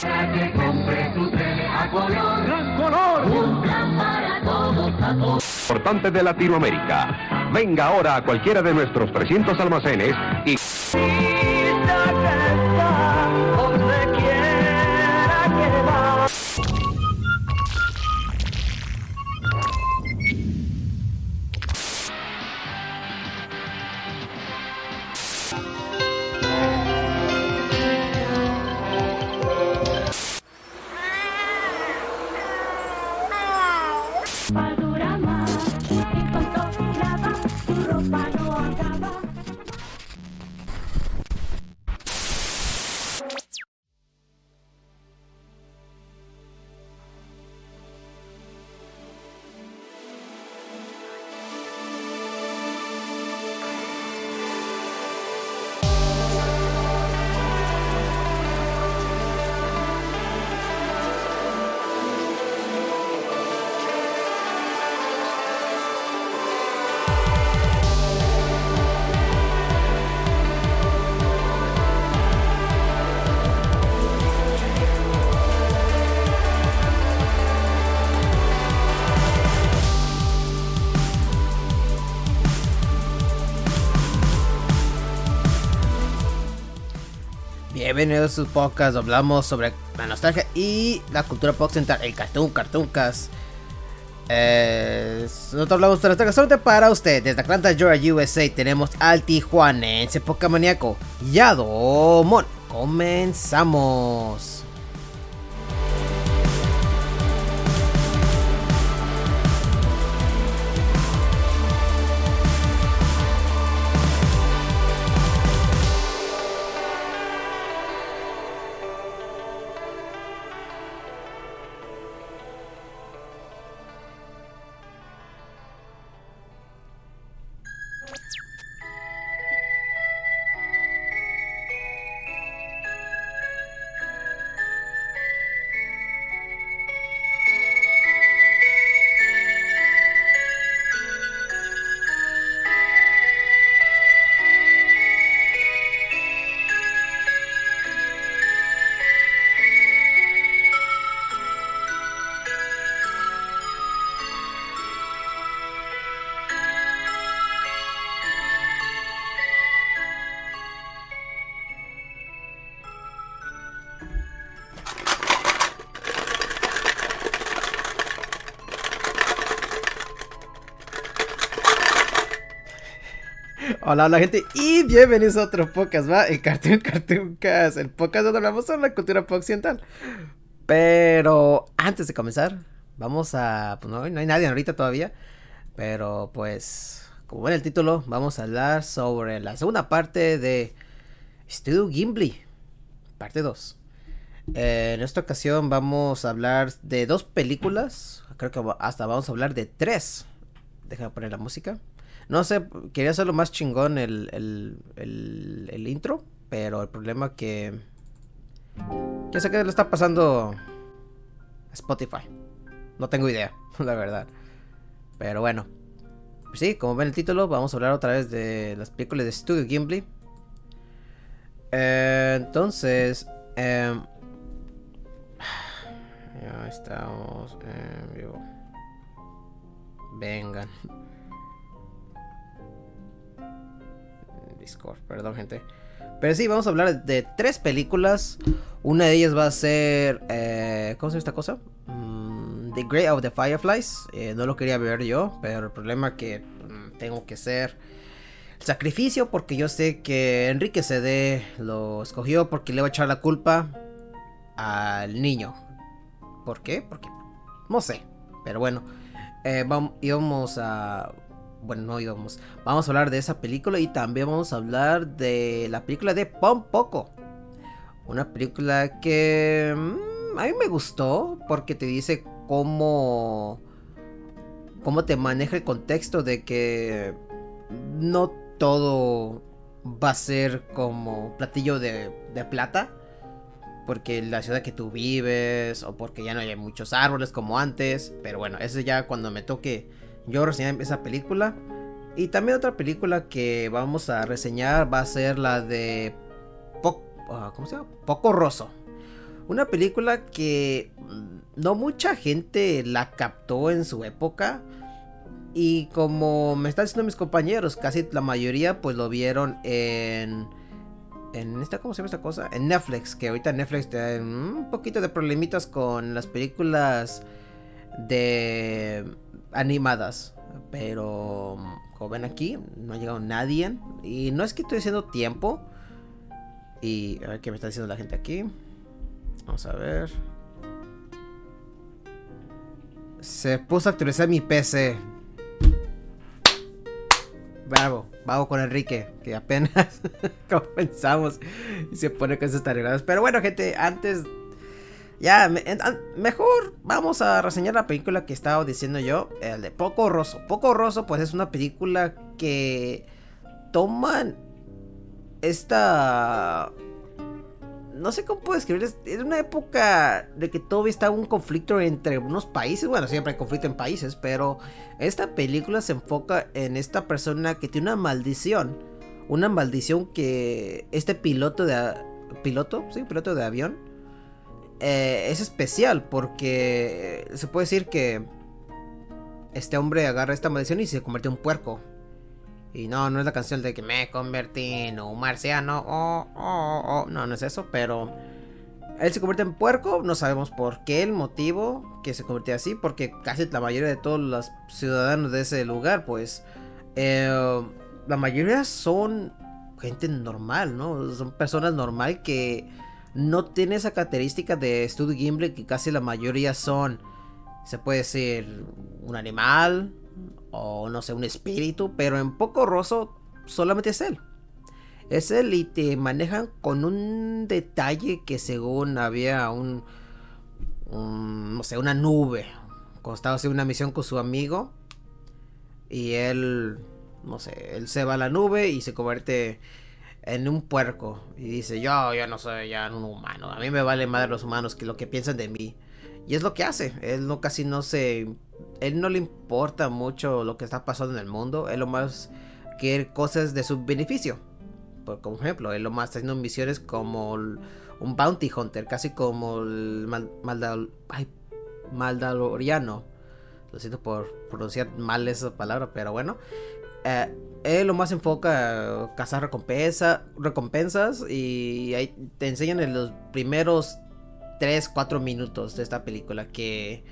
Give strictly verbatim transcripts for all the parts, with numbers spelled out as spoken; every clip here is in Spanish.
Para que compre tu tele a color. ¡Gran color! Un plan para todos, a todos. Importante de Latinoamérica. Venga ahora a cualquiera de nuestros trescientos almacenes y... Padurama, y con todo lava, tu ropa no acaba. Bienvenidos a sus podcasts, hablamos sobre la nostalgia y la cultura pop occidental, el Cartoon Cartoon Cast. Eh, nosotros hablamos de la nostalgia solamente para usted. Desde Atlanta, Georgia, U S A, tenemos al tijuanense Pokémoníaco Yadomon. Comenzamos. Hola, hola gente y bienvenidos a otro podcast, ¿va? El Cartoon Cartoon Cast, el podcast donde hablamos sobre la cultura pop occidental. Pero antes de comenzar, vamos a... Pues no, no hay nadie ahorita todavía, pero pues, como ven el título, vamos a hablar sobre la segunda parte de Studio Ghibli, parte dos. Eh, en esta ocasión vamos a hablar de dos películas, creo que hasta vamos a hablar de tres. Déjame poner la música. No sé, quería hacerlo más chingón el, el, el, el intro, pero el problema que... ¿Qué sé qué le está pasando a Spotify? No tengo idea, la verdad. Pero bueno. Pues sí, como ven el título, vamos a hablar otra vez de las películas de Studio Ghibli. Eh, entonces... Eh, ya estamos en vivo. Vengan. Discord, perdón gente. Pero sí, vamos a hablar de tres películas. Una de ellas va a ser eh, ¿cómo se llama esta cosa? Mm, The Grave of the Fireflies. eh, No lo quería ver yo, pero el problema es que mm, tengo que hacer el sacrificio, porque yo sé que Enrique C D lo escogió porque le va a echar la culpa al niño. ¿Por qué? Porque no sé, pero bueno, eh, vamos, íbamos a... Bueno, no íbamos. Vamos a hablar de esa película y también vamos a hablar de la película de Pom Poko. Una película que mmm, a mí me gustó porque te dice cómo... Cómo te maneja el contexto de que no todo va a ser como platillo de, de plata. Porque la ciudad que tú vives o porque ya no hay muchos árboles como antes. Pero bueno, eso ya cuando me toque... Yo reseñé esa película. Y también otra película que vamos a reseñar va a ser la de po uh, ¿cómo se llama? Porco Rosso. una película que no mucha gente la captó en su época. Y como me están diciendo mis compañeros, casi la mayoría pues lo vieron en... En esta, ¿cómo se llama esta cosa? En Netflix, que ahorita Netflix tiene un poquito de problemitas con las películas de animadas. Pero como ven aquí, no ha llegado nadie. Y no es que estoy haciendo tiempo. Y a ver qué me está diciendo la gente aquí. Vamos a ver. Se puso a actualizar mi P C. Bravo, vamos con Enrique, que apenas comenzamos y se pone con esas tareas. Pero bueno, gente, antes ya me, an, mejor vamos a reseñar la película que estaba diciendo yo, el de Porco Rosso. Porco Rosso pues es una película que toman esta... No sé cómo puedo describir, es, es una época de que todavía estaba un conflicto entre unos países. Bueno, siempre hay conflicto en países, pero esta película se enfoca en esta persona que tiene una maldición. Una maldición que este piloto de... ¿Piloto? Sí, piloto de avión. Eh, es especial porque se puede decir que este hombre agarra esta maldición y se convierte en un puerco. Y no, no es la canción de que me convertí en un marciano. Oh, oh, oh. No, no es eso, pero él se convierte en puerco. No sabemos por qué el motivo que se convirtió así, porque casi la mayoría de todos los ciudadanos de ese lugar, pues eh, la mayoría son gente normal, ¿no? Son personas normal que no tienen esa característica de Studio Ghibli, que casi la mayoría son, se puede decir, un animal o no sé, un espíritu. Pero en Porco Rosso solamente es él. Es él y te manejan con un detalle que según había un, un no sé, una nube. Cuando estaba haciendo una misión con su amigo y él, no sé, él se va a la nube y se convierte en un puerco y dice, yo, yo no soy ya un humano, a mí me vale madre los humanos que lo que piensan de mí. Y es lo que hace. Él no casi no se... Él no le importa mucho lo que está pasando en el mundo. Él lo más quiere cosas de su beneficio. Por como ejemplo, él lo más está haciendo misiones como el, un bounty hunter. Casi como el mal, Maldal, ay, Maldaloriano. Lo siento por pronunciar mal esa palabra, pero bueno. Eh, él lo más enfoca a cazar recompensa, recompensas. Y ahí te enseñan en los primeros tres, cuatro minutos de esta película que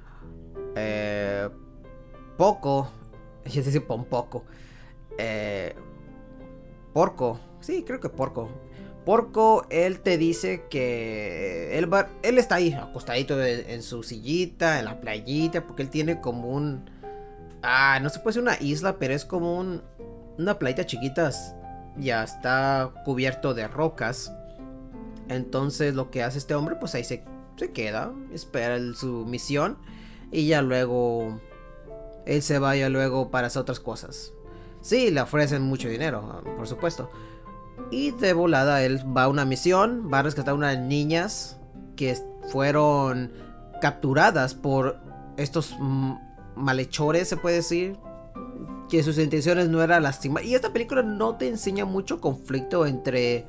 eh, poco, yo decía un poco, eh, Porco, sí, creo que Porco, Porco, él te dice que él va, él está ahí acostadito en, en su sillita, en la playita, porque él tiene como un, ah, no se puede decir una isla, pero es como un, una playita chiquita, ya está cubierto de rocas. Entonces lo que hace este hombre, pues ahí se, se queda, espera el, su misión y ya luego él se vaya luego para hacer otras cosas. Sí, le ofrecen mucho dinero, por supuesto. Y de volada él va a una misión, va a rescatar unas niñas que fueron capturadas por estos malhechores, se puede decir, que sus intenciones no eran lastimar. Y esta película no te enseña mucho conflicto entre...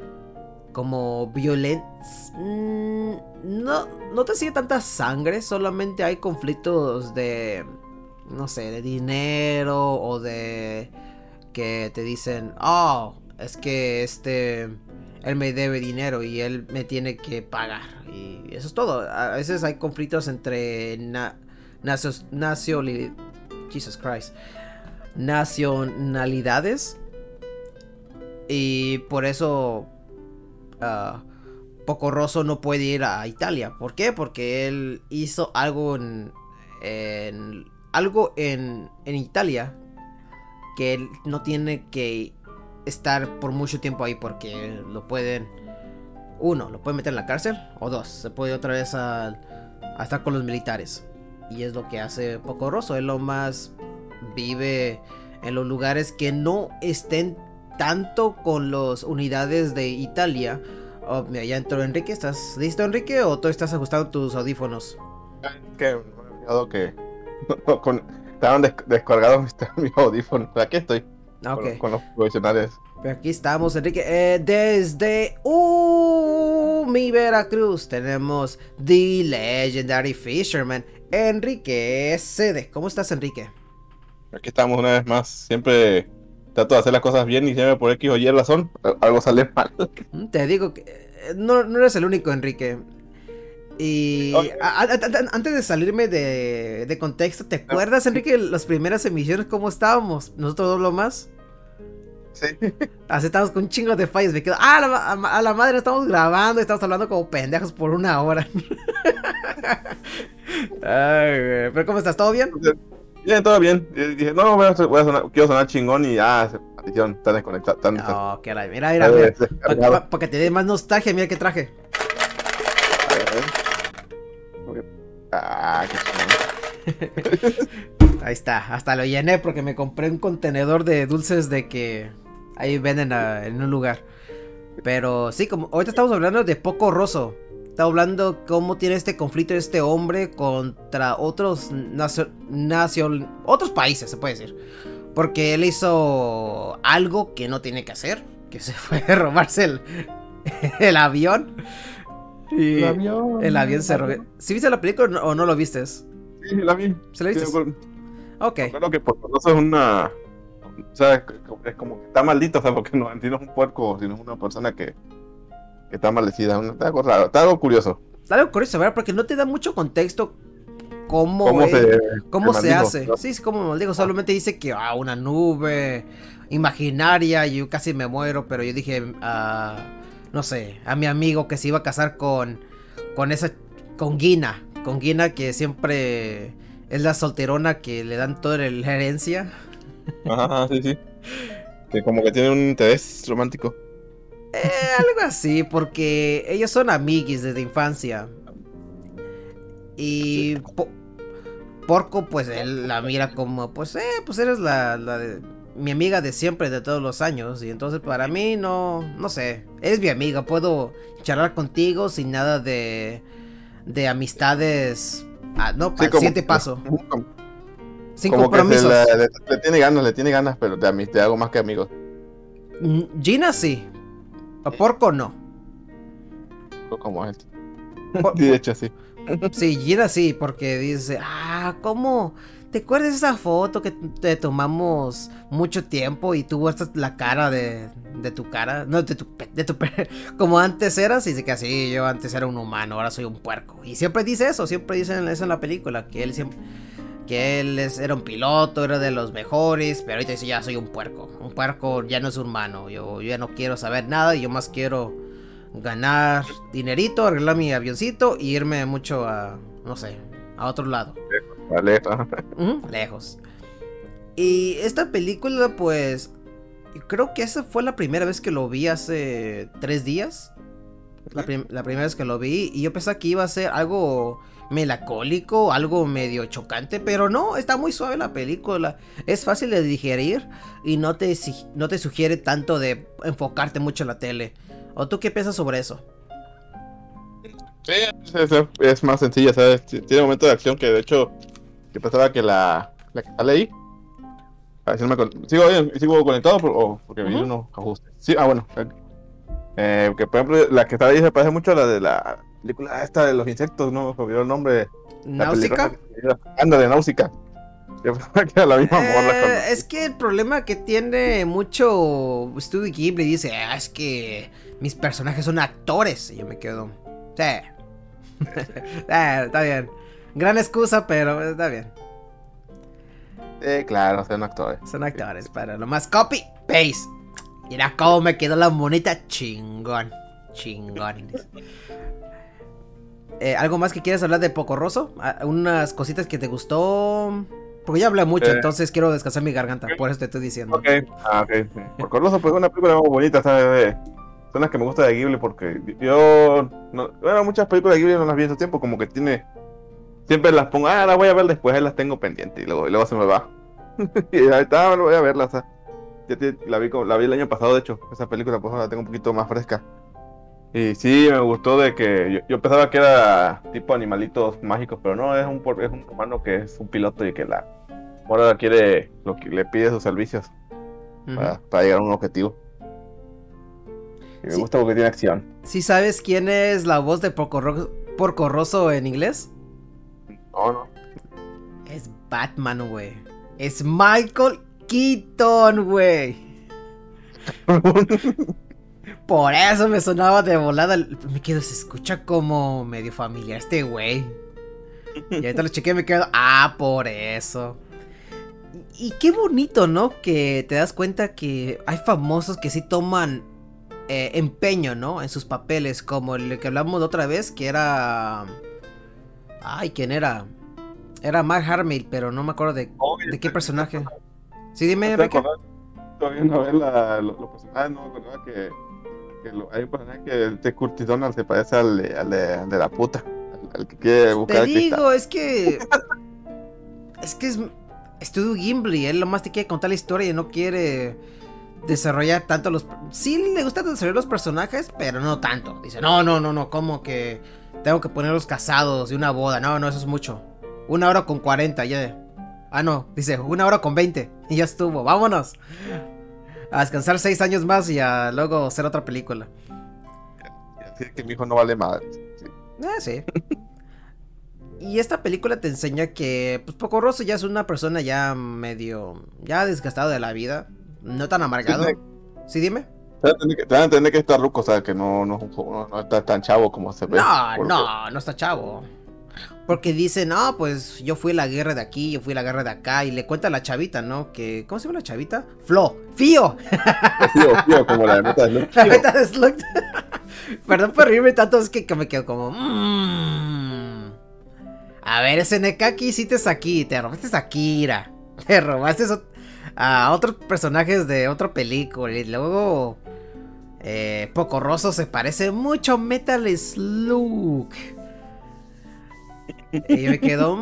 como violencia, no, no te sigue tanta sangre, solamente hay conflictos de, no sé, de dinero o de que te dicen, oh, es que este, él me debe dinero y él me tiene que pagar y eso es todo. A veces hay conflictos entre na, nacios, nacio, Jesus Christ, nacionalidades y por eso Uh, Porco Rosso no puede ir a Italia. ¿Por qué? Porque él hizo algo en, en algo en, en Italia que él no tiene que estar por mucho tiempo ahí porque lo pueden, uno, lo pueden meter en la cárcel, o dos, se puede otra vez a, a estar con los militares. Y es lo que hace Porco Rosso. Él lo más vive en los lugares que no estén tanto con las unidades de Italia. Oh, mira, ya entró Enrique. ¿Estás listo, Enrique? ¿O tú estás ajustando tus audífonos? Que me he olvidado que con, estaban des descargados mis audífonos. Aquí estoy. Okay. Con, con los profesionales. Pero aquí estamos, Enrique. Eh, desde... Uh, mi Veracruz tenemos The Legendary Fisherman, Enrique Cede. ¿Cómo estás, Enrique? Aquí estamos una vez más. Siempre trato de hacer las cosas bien y siempre por X o Y razón algo sale mal. Te digo que eh, no, no eres el único, Enrique. Y Oye. a- a- a- antes de salirme de, de contexto, ¿te acuerdas, Enrique, las primeras emisiones cómo estábamos? Nosotros dos lo más. Sí. Así estamos con un chingo de fallos. Me quedo, ah, a la, ma- a, a la madre, estamos grabando y estamos hablando como pendejos por una hora. Ay, güey. Pero ¿cómo estás? ¿Todo bien? Bien, todo bien. Y dije, no, voy a, voy a sonar, quiero sonar chingón y ya, se maldición, están desconectados. Están No, que la mira, mira, mira. Para descargados. que te dé más nostalgia, mira qué traje. Ah, qué chingón. Ahí está, hasta lo llené porque me compré un contenedor de dulces de que ahí venden a- en un lugar. Pero sí, como ahorita estamos hablando de Poco Rosso. Está hablando cómo tiene este conflicto este hombre contra otros nacio, nacio- otros países, se puede decir. Porque él hizo algo que no tiene que hacer, que se fue a robarse el, el avión. Y El avión. el avión se robó. ¿Sí viste la película o no, o no lo viste? Sí, la vi. ¿Se la viste? Sí, me acuerdo. Ok. Me acuerdo que por eso es una. O sea, es como que está maldito, o sea, porque no, no es un puerco, sino es una persona que, que está maldecida. Una- Está algo raro, está algo curioso. Algo curioso, ¿verdad? Porque no te da mucho contexto cómo, ¿Cómo él- se, cómo se maldijo? hace. Sí, sí, como maldigo. Solamente dice que ah, una nube imaginaria. Y yo casi me muero, pero yo dije, ah, no sé, a mi amigo que se iba a casar con, con esa, con Gina. Con Gina, que siempre es la solterona que le dan toda la herencia. Ajá, sí, sí. Que como que tiene un interés romántico. Eh, algo así, porque ellos son amiguis desde infancia. Y Po- Porco, pues él la mira como, pues, eh, pues eres la, la de, mi amiga de siempre, de todos los años. Y entonces para mí no, no sé, eres mi amiga, puedo charlar contigo sin nada de, de amistades. Ah, no, Sí, al como- siguiente paso, Como, sin como que se compromisos. le, le- le tiene ganas, le tiene ganas, pero de, ami- de algo más que amigos. Mm, Gina sí, a Porco no. Como él. Por- Sí, de hecho, sí. Sí, Gina sí, porque dice, ah, ¿cómo? ¿Te acuerdas de esa foto que te tomamos mucho tiempo y tú muestras la cara de, de tu cara? No, de tu, pe- de tu, pe- como antes eras, y dice que así, yo antes era un humano, ahora soy un puerco. Y siempre dice eso, siempre dicen eso en la película, que él siempre, que él es- era un piloto, era de los mejores, pero ahorita dice, ya soy un puerco. Un puerco ya no es humano, yo, yo ya no quiero saber nada, yo más quiero ganar dinerito, arreglar mi avioncito y irme mucho a, no sé, a otro lado. Vale, ajá. Ujú, lejos. Y esta película, pues, creo que esa fue la primera vez que lo vi hace tres días. La, prim- la primera vez que lo vi. Y yo pensaba que iba a ser algo melancólico, algo medio chocante. Pero no, está muy suave la película. Es fácil de digerir y no te, si- no te sugiere tanto de enfocarte mucho en la tele. ¿O tú qué piensas sobre eso? Sí, es, es- es más sencilla, ¿sabes? Tiene momentos de acción que de hecho yo pensaba que la, la que sale ahí. A ver si no me con- sigo, sigo conectado por- o porque vi Ujú. unos ajustes. Sí, ah, bueno. Eh, que por ejemplo, la que está ahí se parece mucho a la de la película esta de los insectos, no me olvidó el nombre. La ¿Náusica? película que- Anda de Náusica. Yo pensaba que era la misma morra. Eh, cuando- es que el problema que tiene mucho Studio Ghibli dice, ah, es que mis personajes son actores. Y yo me quedo, sí. Eh, está bien. Gran excusa, pero está bien. Eh, claro, son actores. Son actores, pero lo más copy, paste. Mira cómo me quedó la monita, chingón. Chingón. Eh, ¿Algo más que quieras hablar de Poco Rosso? Ah, unas cositas que te gustó. Porque ya hablé mucho, Eh. entonces quiero descansar mi garganta. Por eso te estoy diciendo. Ok, ah, ok. Sí. Por Coloso, pues es una película muy bonita, ¿sabes? Son las que me gusta de Ghibli porque yo. No, bueno, muchas películas de Ghibli no las vi en su tiempo, como que tiene. Siempre las pongo, ah, las voy a ver después, ahí las tengo pendientes y luego, y luego se me va. Y ahí está, lo voy a verla, o sea. Ya te- la, vi, como- la vi el año pasado, de hecho, esa película, pues ahora la tengo un poquito más fresca. Y sí, me gustó de que. Yo, yo pensaba que era tipo animalitos mágicos, pero no, es un, por- es un humano que es un piloto y que la. Ahora quiere. Lo que le pide sus servicios Ujú. para, para llegar a un objetivo. Y me Sí. gusta porque tiene acción. ¿Sí sabes quién es la voz de Porco, Ro- Porco Rosso en inglés? No, no. Es Batman, güey. Es Michael Keaton, güey. Por eso me sonaba de volada. Me quedo, se escucha como medio familiar este güey. Y ahorita lo chequeé y me quedo, ah, por eso. Y, y qué bonito, ¿no? Que te das cuenta que hay famosos que sí toman eh, empeño, ¿no? En sus papeles, como el que hablamos la otra vez, que era... Ay, ¿quién era? Era Mark Hamill, pero no me acuerdo de, de qué personaje. Sí, dime, ¿Te Beca. acordás? Todavía no ves la, los, los personajes, no me acordaba que, que lo, hay un personaje que el de Curtis Donald se parece al de, al de, al de la puta, al, al que quiere buscar Te el cristal. digo, es que... Es que es... Estudio Gimli, él nomás te quiere contar la historia y no quiere desarrollar tanto los... Sí le gusta desarrollar los personajes, pero no tanto. Dice, no, no, no, no, como que tengo que ponerlos casados y una boda. No, no, eso es mucho. Una hora con cuarenta, ya. Ah, no, dice, una hora con veinte. Y ya estuvo, vámonos. A descansar seis años más y a luego hacer otra película. Así que mi hijo no vale madre. Sí. Eh, sí. Y esta película te enseña que, pues, Porco Rosso ya es una persona ya medio, ya desgastado de la vida, no tan amargado. Sí, ¿Sí, dime? Te van a entender que, te van a entender que está ruco, o sea, que no, no, es un juego- no, no está tan chavo como se ve. No, porque- no, no está chavo. Porque dice, no, pues yo fui a la guerra de aquí, yo fui a la guerra de acá. Y le cuenta a la chavita, ¿no? Que, ¿cómo se llama la chavita? Flo, Fío. Tío, tío, como la de Metal Slug. La neta de Slug. Perdón por reírme tanto, es que, que me quedo como... mmm. A ver, ese Nekaki hiciste aquí, te robaste a Akira, te robaste so- a otros personajes de otra película. Y luego... Eh, Porco Rosso se parece mucho a Metal Slug. Y yo me quedo...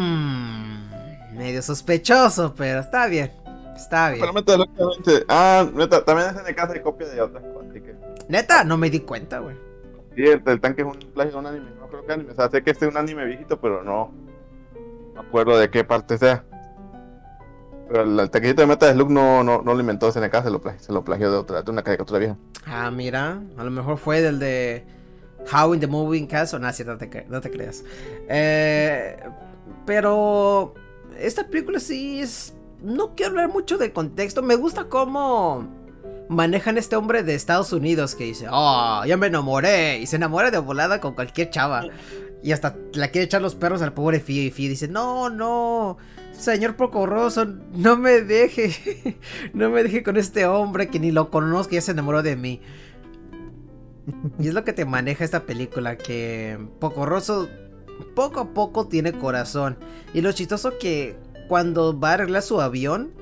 Mmm, medio sospechoso, pero está bien. Está bien. Pero Metal Slug también, ah, Metal- también es en casa de copia de otras cosas, así que... Neta, no me di cuenta, güey. Sí, el, el tanque es un plagio de un anime, no creo que anime, o sea, sé que este es un anime viejito, pero no me acuerdo de qué parte sea. Pero el, el tanquecito de Metal Slug no, no, no lo inventó S N K, se lo, plagi- se lo plagió de otra, de una caricatura vieja. Ah, mira, a lo mejor fue del de How in the Moving Castle. No, sí, no te, cre- no te creas. Eh, pero esta película sí es... No quiero hablar mucho de contexto. Me gusta cómo manejan este hombre de Estados Unidos que dice, oh, ya me enamoré. Y se enamora de volada con cualquier chava. Y hasta la quiere echar los perros al pobre Fío. Y Fío dice, no, no, señor Porco Rosso, no me deje. No me deje con este hombre que ni lo conozco, ya se enamoró de mí. Y es lo que te maneja esta película, que Porco Rosso poco a poco tiene corazón. Y lo chistoso que cuando va a arreglar su avión,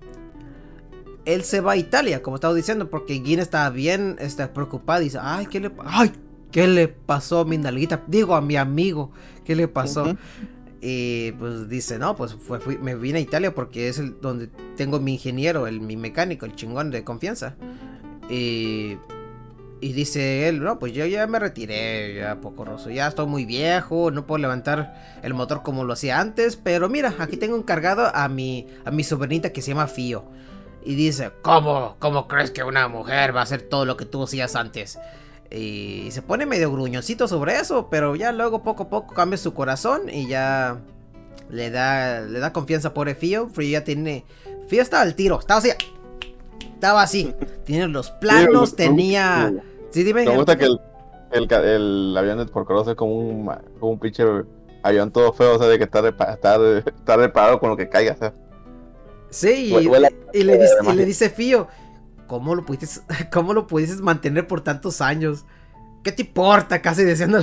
él se va a Italia, como estaba diciendo, porque Gin está bien, está preocupada y dice, ay, ¿qué le, pa- ay, ¿qué le pasó a mi nalguita? Digo, a mi amigo, ¿qué le pasó? Ujú. Y pues dice, no, pues fue, fui- me vine a Italia porque es el donde tengo mi ingeniero, el, mi mecánico, el chingón de confianza. Y, y dice él, no, pues yo ya me retiré, ya Porco Rosso, ya estoy muy viejo, no puedo levantar el motor como lo hacía antes, pero mira, aquí tengo encargado a mi, a mi sobrinita que se llama Fío. Y dice, ¿cómo? ¿Cómo crees que una mujer va a hacer todo lo que tú hacías antes? Y se pone medio gruñoncito sobre eso, pero ya luego poco a poco cambia su corazón y ya le da, le da confianza a pobre Fío. Fío ya tiene... Fío estaba al tiro, estaba así. Estaba así. Tiene los planos, Sí, tenía... me- Sí, dime. Me gusta que el, el, ca- el avión de Porco Rosso es como un, ma- como un pinche avión todo feo, o sea, de que está, repa- está, está reparado con lo que caiga, o sea. Sí, y, Hue- huele a- y le dice, y magia. le dice Fío, ¿cómo lo pudiste, cómo lo pudiste mantener por tantos años? ¿Qué te importa? Casi diciéndole.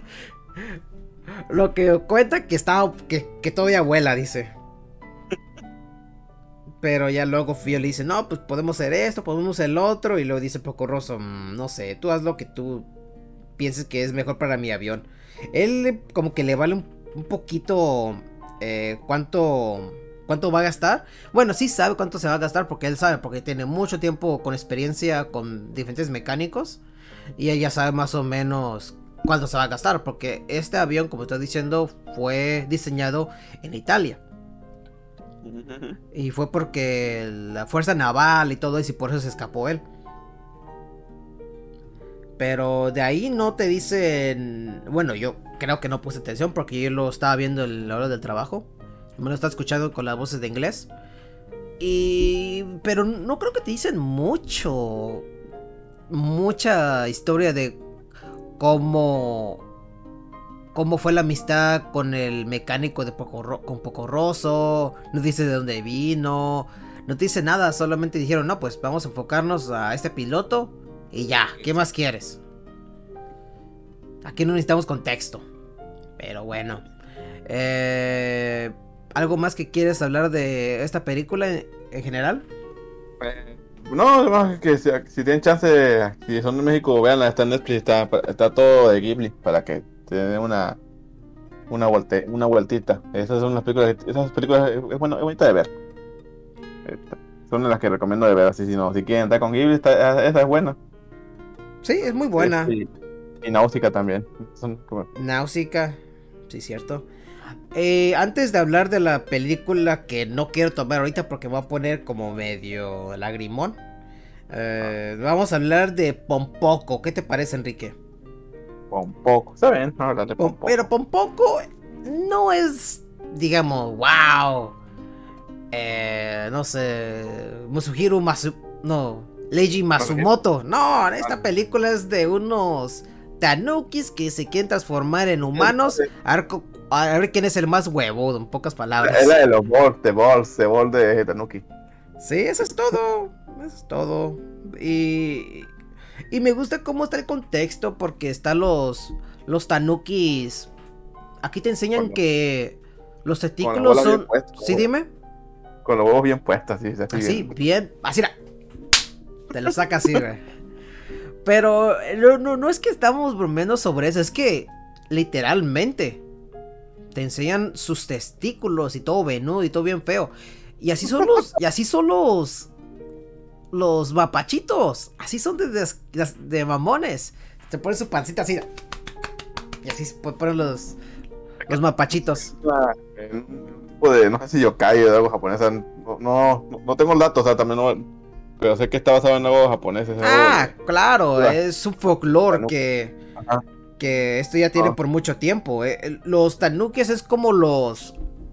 Lo que cuenta que estaba, que, que todavía vuela, dice. Pero ya luego Fío le dice, no, pues podemos hacer esto, podemos hacer el otro. Y luego dice Porco Rosso, "Mm, no sé, tú haz lo que tú pienses que es mejor para mi avión". Él como que le vale un, un poquito eh, cuánto... ¿Cuánto va a gastar? Bueno, sí sabe cuánto se va a gastar porque él sabe, porque tiene mucho tiempo con experiencia con diferentes mecánicos y ella sabe más o menos cuánto se va a gastar, porque este avión, como estoy diciendo, fue diseñado en Italia y fue porque la fuerza naval y todo eso, y por eso se escapó él. Pero de ahí no te dicen... Bueno, yo creo que no puse atención porque yo lo estaba viendo en la hora del trabajo. Me lo estaba escuchando con las voces de inglés. Y... Pero no creo que te dicen mucho. Mucha historia de cómo... Cómo fue la amistad con el mecánico de Poco, con Poco Rosso. No dice de dónde vino. No te dice nada. Solamente dijeron, no, pues vamos a enfocarnos a este piloto. Y ya, ¿qué más quieres? Aquí no necesitamos contexto. Pero bueno. Eh, ¿Algo más que quieres hablar de esta película en, en general? Eh, no, más que si, si tienen chance, si son de México, veanla, está en Netflix, está, está todo de Ghibli, para que te den una una, vuelte, una vueltita. Esas son las películas, esas películas es, es, bueno, es bonita de ver. Son de las que recomiendo de ver, así si no, si quieren estar con Ghibli, está, esa es buena. Sí, es muy buena. Sí, y Náusica también. Son como... Náusica, sí, cierto. Eh, antes de hablar de la película que no quiero tomar ahorita porque me voy a poner como medio lagrimón, eh, vamos a hablar de Pompoco. ¿Qué te parece, Enrique? Pompoco, está bien, no hablar de Pompoco. Pero Pompoco no es, digamos, wow. Eh, no sé, Musuhiro Masu... No, Leiji Matsumoto. No, esta película es de unos tanukis que se quieren transformar en humanos. A ver, a ver quién es el más huevudo, en pocas palabras. Es la de los balls, de balls, de balls de tanuki. Sí, eso es todo. Eso es todo. Y... Y me gusta cómo está el contexto, porque están los... Los tanukis... Aquí te enseñan Con que... Los con testículos la bola bien son... puesta, Sí, güey. dime. Con los huevos bien puestos, así. Así, Así, bien. bien, así era. Te lo saca así, güey. Pero no, no, no es que estamos bromeando sobre eso, es que literalmente te enseñan sus testículos y todo venudo y todo bien feo. Y así son los, y así son los, los mapachitos. Así son de, de, de mamones. Te ponen su pancita así. Y así ponen los, los mapachitos. Un tipo de, no sé si yokai o de algo japonés. No, no, no tengo el dato, o sea, también no. Pero sé que está basado en algo japonés. Es Ah, algo, claro, claro. es un folclore Tanuki. que, Ajá. que esto ya tiene Ah. por mucho tiempo. eh. Los tanukis es como los...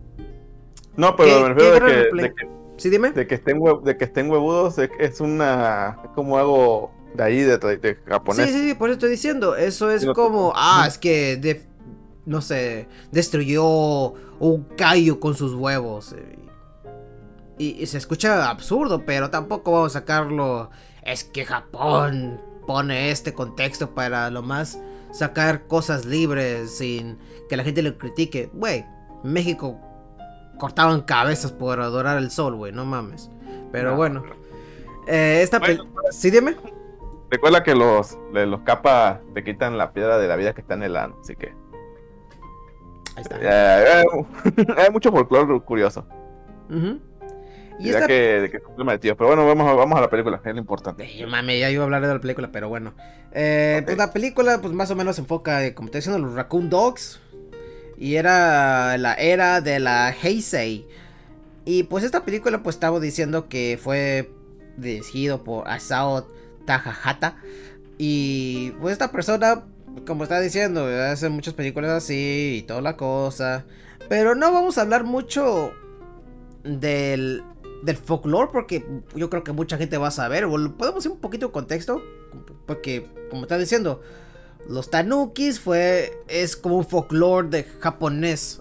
No, pero ¿Qué- me refiero qué de gran que, replay? de, que, Sí, dime. de, que estén hue- de que estén huevudos. Es, es una. Es como algo de ahí, de, de, de japonés. Sí, sí, sí, por eso estoy diciendo. Eso es Sí, lo- como... Ah, Ujú. es que... de- no sé, destruyó un callo con sus huevos. eh. Y, y se escucha absurdo, pero tampoco vamos a sacarlo. Es que Japón pone este contexto para lo más sacar cosas libres sin que la gente lo critique. Güey, México cortaban cabezas por adorar el sol, güey, no mames. Pero No, bueno. no. Eh, esta Bueno, pel- Sí, dime. Recuerda que los, de los capas te quitan la piedra de la vida que está en el ano, así que. Ahí está. eh, eh, hay mucho folclore curioso. Ujú. Y Ya esta... que, de que son metidos. Pero bueno, vamos a, vamos a la película, es lo importante. Eh, mame, ya iba a hablar de la película, pero bueno. Eh, Ok. Pues la película, pues más o menos se enfoca, eh, como te decía, en los Raccoon Dogs. Y era la era de la Heisei. Y pues esta película, pues estaba diciendo que fue dirigido por Asao Takahata. Y pues esta persona, como estaba diciendo, hace muchas películas así y toda la cosa. Pero no vamos a hablar mucho del, del folclore, porque yo creo que mucha gente va a saber. Podemos hacer un poquito de contexto, porque como está diciendo, los tanukis fue es como un folclore de japonés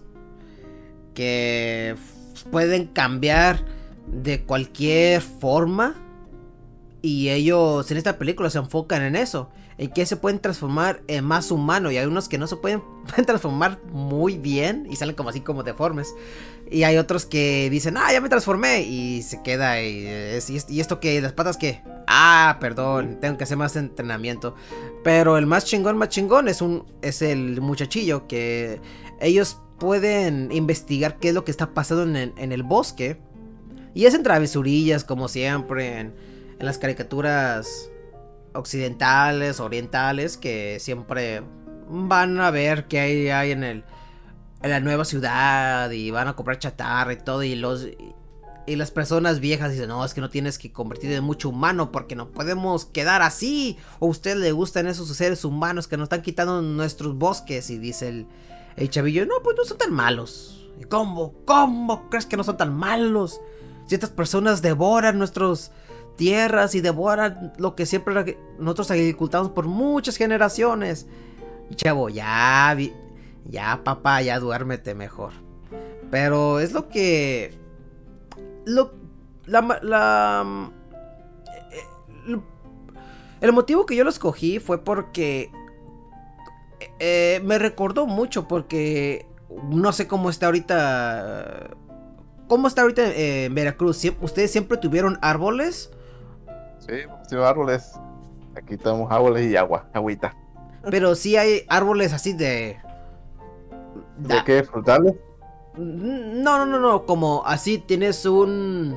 que pueden cambiar de cualquier forma, y ellos en esta película se enfocan en eso, en que se pueden transformar en más humano, y hay unos que no se pueden, pueden transformar muy bien y salen como así como deformes, y hay otros que dicen, ah, ya me transformé, y se queda y, es, y esto que las patas que, ah, perdón, tengo que hacer más entrenamiento. Pero el más chingón, más chingón es un es el muchachillo que ellos pueden investigar qué es lo que está pasando en el, en el bosque, y hacen travesurillas como siempre en, en las caricaturas occidentales, orientales, que siempre van a ver qué hay, hay en el en la nueva ciudad y van a comprar chatarra y todo, y los Y las personas viejas dicen, no, es que no tienes que convertirte en mucho humano porque no podemos quedar así. O a usted le gustan esos seres humanos que nos están quitando nuestros bosques. Y dice el, el chavillo, no, pues no son tan malos. ¿Y cómo? ¿Cómo crees que no son tan malos? Si estas personas devoran nuestras tierras y devoran lo que siempre nosotros agricultamos por muchas generaciones. Y chavo, ya, ya papá, ya duérmete mejor. Pero es lo que... Lo, la, la, el, el motivo que yo lo escogí fue porque eh, me recordó mucho porque no sé cómo está ahorita, cómo está ahorita eh, en Veracruz. ¿Ustedes siempre tuvieron árboles? Sí, sí, árboles. Aquí tenemos árboles y agua, agüita. Pero sí hay árboles así de... ¿De da. qué? ¿Frutales? No, no, no, no, como así tienes un...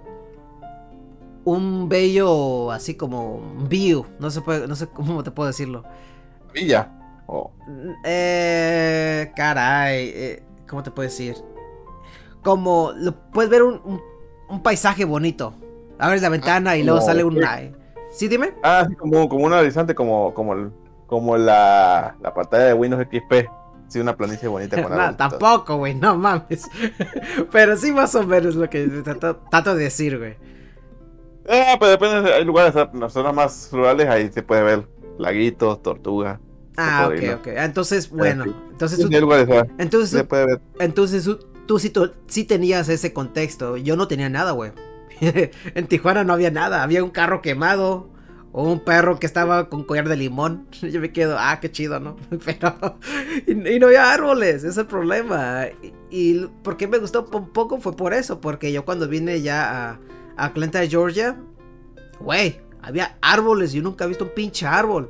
Un bello, así como view, no se puede, no sé cómo te puedo decirlo. Villa. Oh. Eh, caray, eh, ¿cómo te puedo decir? Como, lo, puedes ver un, un, un paisaje bonito. Abres la ventana ah, y luego sale un... ¿Qué? ¿Sí, dime? Ah, sí, como, como un horizonte, como, como, el, como la, la pantalla de Windows X P. Sí, una planicie bonita con no, tampoco, güey, no mames. Pero sí más o menos lo que trato, trato de decir, güey. Eh, pero depende, hay lugares, en las zonas más rurales, ahí se puede ver laguitos, tortugas. Ah, ok, ir, ok. Entonces, bueno, sí. entonces sí, tú, sí, lugares, entonces, se puede ver. Entonces tú, tú sí, tú sí tenías ese contexto. Yo no tenía nada, güey. En Tijuana no había nada, había un carro quemado. O un perro que estaba con collar de limón. Yo me quedo, ah, qué chido, ¿no? Pero... Y, y no había árboles, ese es el problema. Y, y ¿por qué me gustó un poco? Fue por eso. Porque yo cuando vine ya a, a Atlanta, Georgia... Güey, había árboles. Yo nunca he visto un pinche árbol.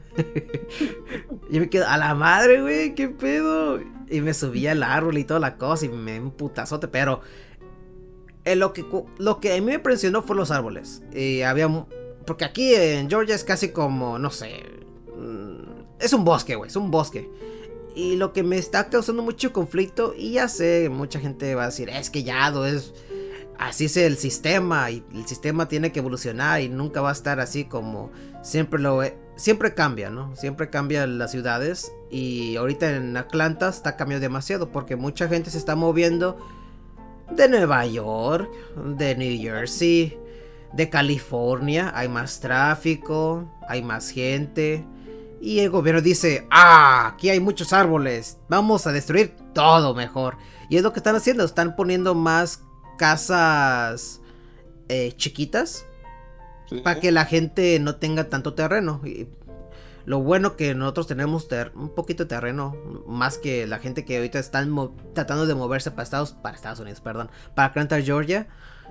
Y me quedo, a la madre, güey, qué pedo. Y me subí al árbol y toda la cosa. Y me un putazote, pero... Eh, lo, que, lo que a mí me impresionó fue los árboles. Y había... Porque aquí en Georgia es casi como, no sé, es un bosque, güey, es un bosque. Y lo que me está causando mucho conflicto, y ya sé, mucha gente va a decir, es que ya, es, así es el sistema, y el sistema tiene que evolucionar, y nunca va a estar así como siempre lo, siempre cambia, ¿no? Siempre cambian las ciudades, y ahorita en Atlanta está cambiando demasiado, porque mucha gente se está moviendo de Nueva York, de New Jersey, de California. Hay más tráfico, hay más gente. Y el gobierno dice, ah, aquí hay muchos árboles, vamos a destruir todo mejor. Y es lo que están haciendo, están poniendo más casas eh, chiquitas. Sí. Para que la gente no tenga tanto terreno. Y lo bueno que nosotros tenemos ter- un poquito de terreno, más que la gente que ahorita están mo- tratando de moverse para Estados, para Estados Unidos, perdón, para Atlanta, Georgia.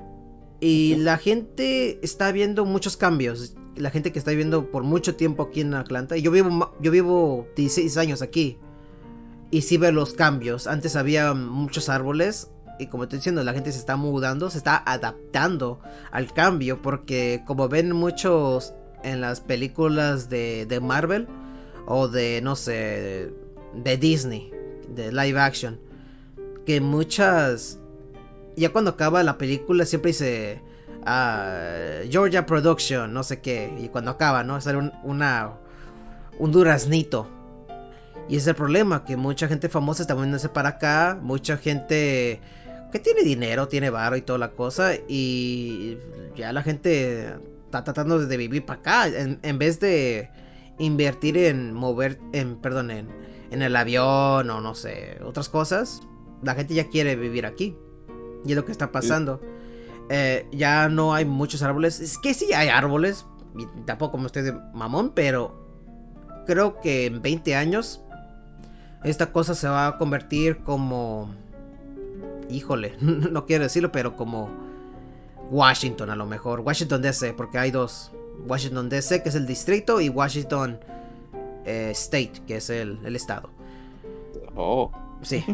Y la gente está viendo muchos cambios. La gente que está viviendo por mucho tiempo aquí en Atlanta. Y yo vivo, yo vivo dieciséis años aquí. Y sí veo los cambios. Antes había muchos árboles. Y como estoy diciendo, la gente se está mudando. Se está adaptando al cambio. Porque como ven muchos en las películas de, de Marvel. O de, no sé, de, de Disney. De live action. Que muchas... Ya cuando acaba la película siempre dice uh, Georgia Production, no sé qué. Y cuando acaba, ¿no? Sale un, una, un duraznito. Y ese es el problema, que mucha gente famosa está moviéndose para acá. Mucha gente que tiene dinero, tiene varo y toda la cosa. Y ya la gente está tratando de vivir para acá. En, en vez de invertir en mover, en, perdón, en, en el avión o no sé, otras cosas. La gente ya quiere vivir aquí. Y es lo que está pasando. Sí. Eh, ya no hay muchos árboles. Es que sí hay árboles. Y tampoco me estoy de mamón. Pero creo que en veinte años esta cosa se va a convertir como... Híjole, no quiero decirlo, pero como Washington a lo mejor. Washington D C, porque hay dos. Washington D C, que es el distrito. Y Washington eh, State, que es el, el estado. Oh. Sí.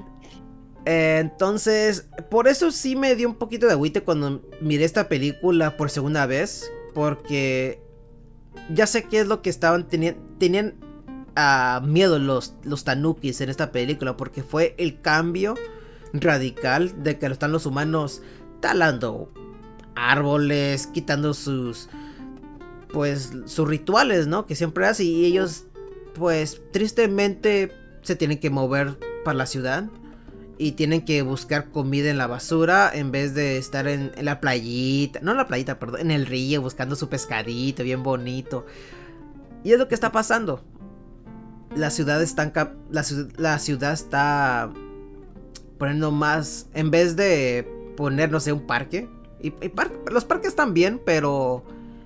Entonces, por eso sí me dio un poquito de agüite cuando miré esta película por segunda vez. Porque ya sé qué es lo que estaban teniendo. Tenían uh, miedo los, los tanukis en esta película. Porque fue el cambio radical de que están los humanos talando árboles, quitando sus, pues, sus rituales, ¿no? Que siempre hace, y ellos, pues, tristemente se tienen que mover para la ciudad y tienen que buscar comida en la basura en vez de estar en, en la playita, no en la playita, perdón, en el río buscando su pescadito bien bonito. Y es lo que está pasando. La ciudad está, la, la ciudad está poniendo más, en vez de poner, no sé, un parque. Y, y par, los parques están bien, pero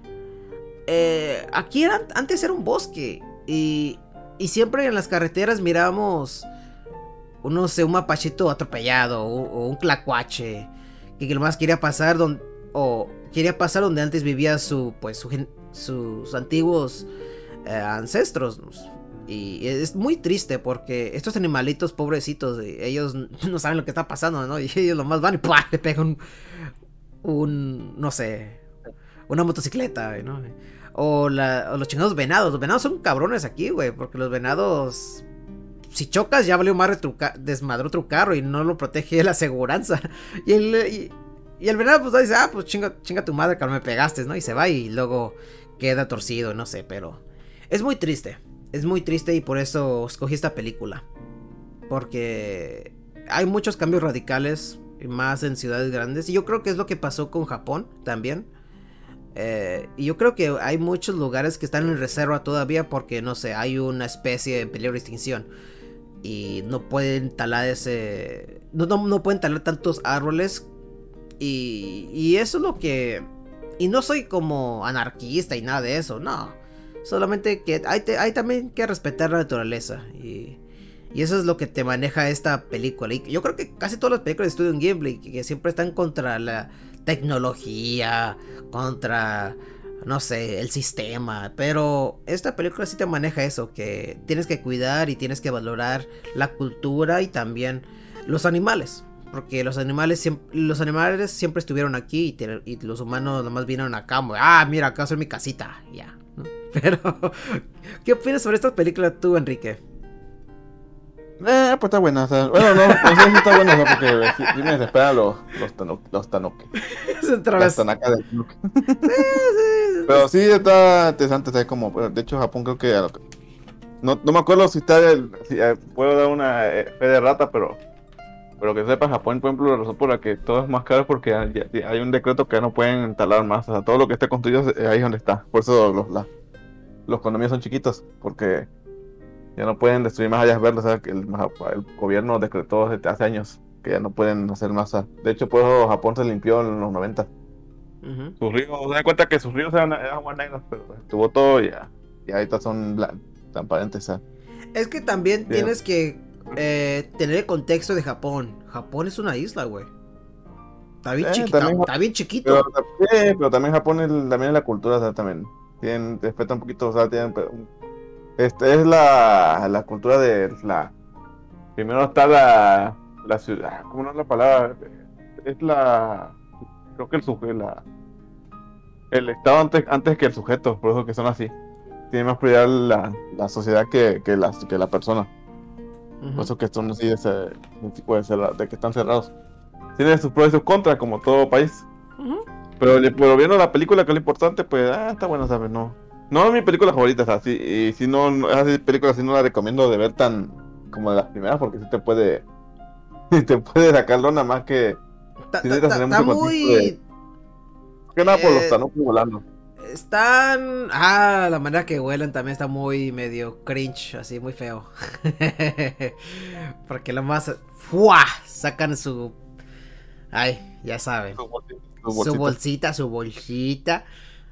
eh, aquí era, antes era un bosque. Y, y siempre en las carreteras mirábamos, no sé, un mapachito atropellado o, o un tlacuache que, que nomás quería pasar donde, o quería pasar donde antes vivía su, pues, su, sus antiguos eh, ancestros. Y es muy triste porque estos animalitos pobrecitos, ellos no saben lo que está pasando, ¿no? Y ellos nomás van y ¡pua! Le pegan un, un, no sé, una motocicleta, ¿no? O, la, o los chingados venados. Los venados son cabrones aquí, güey, porque los venados, si chocas ya valió madre tu ca- desmadró tu carro y no lo protege la aseguranza. Y el, y, y el venado pues dice, ah, pues chinga, chinga tu madre que me pegaste, ¿no? Y se va y luego queda torcido, no sé, pero es muy triste. Es muy triste y por eso escogí esta película. Porque hay muchos cambios radicales, más en ciudades grandes. Y yo creo que es lo que pasó con Japón también. Eh, y yo creo que hay muchos lugares que están en reserva todavía porque, no sé, hay una especie en peligro de extinción. Y no pueden talar ese... No, no, no pueden talar tantos árboles. Y, y eso es lo que... Y no soy como anarquista y nada de eso, no. Solamente que hay, te, hay también que respetar la naturaleza. Y, y eso es lo que te maneja esta película. Y yo creo que casi todas las películas de Studio Ghibli, que, que siempre están contra la tecnología, contra, no sé, el sistema. Pero esta película sí te maneja eso, que tienes que cuidar y tienes que valorar la cultura y también los animales. Porque los animales siempre, los animales siempre estuvieron aquí y, te, y los humanos nomás vinieron acá. Ah, mira, acá es mi casita. Ya. ¿No? Pero, ¿qué opinas sobre esta película tú, Enrique? Eh, pues está buena. O sea, bueno, no, no sé si está buena, ¿no? Porque sí, sí me desesperan los, los, tano, los Tanoke. Las Tanaka de Tanoke. Sí, sí, pero sí está interesante, ¿sabes? Como, de hecho, Japón creo que... No, no me acuerdo si está... El, si, eh, puedo dar una eh, fe de rata, pero... Pero que sepa, Japón, por ejemplo, la razón por la que todo es más caro es porque hay, hay un decreto que ya no pueden talar más. O sea, todo lo que esté construido ahí es donde está. Por eso los, la, los condominios son chiquitos, porque ya no pueden destruir más áreas verdes. O sea, que el, el gobierno decretó desde hace años que ya no pueden hacer más. De hecho, por eso Japón se limpió en los noventa. Uh-huh. Sus ríos, se dan cuenta que sus ríos eran, eran agua negra, pero estuvo todo y ya. Y ahorita son transparentes. ¿Sabes? Es que también Bien. tienes que... Eh, tener el contexto de Japón. Japón es una isla, güey. Está bien, eh, chiquita, también, está bien chiquito. Pero, sí, pero también Japón es, también es la cultura, o sea, también tienen, respetan un poquito, o sea, tienen, este es la, la cultura de la, primero está la, la ciudad, ¿cómo no es la palabra? Es la, creo que el sujeto, la, el estado antes, antes que el sujeto, por eso que son así. Tiene más prioridad la, la sociedad que, que, la, que la persona. Uh-huh. Por eso que son así de ese tipo de, cerra, de que están cerrados. Tienen sus pros y sus contras, como todo país. Uh-huh. Pero, pero viendo la película, que es lo importante, pues, ah, está bueno, ¿sabes? No, no es mi película favorita, ¿sabes? Y, y si no, esas películas sí no la recomiendo de ver tan como de las primeras, porque sí te puede, te puede sacar lona más que... Está muy... De, que nada, eh... por los Tanoke volando. Están... Ah, la manera que huelen también está muy medio cringe, así, muy feo. Porque lo más... ¡Fua! Sacan su... Ay, ya saben. Su bolsita, su bolsita, su bolsita. Su bolsita.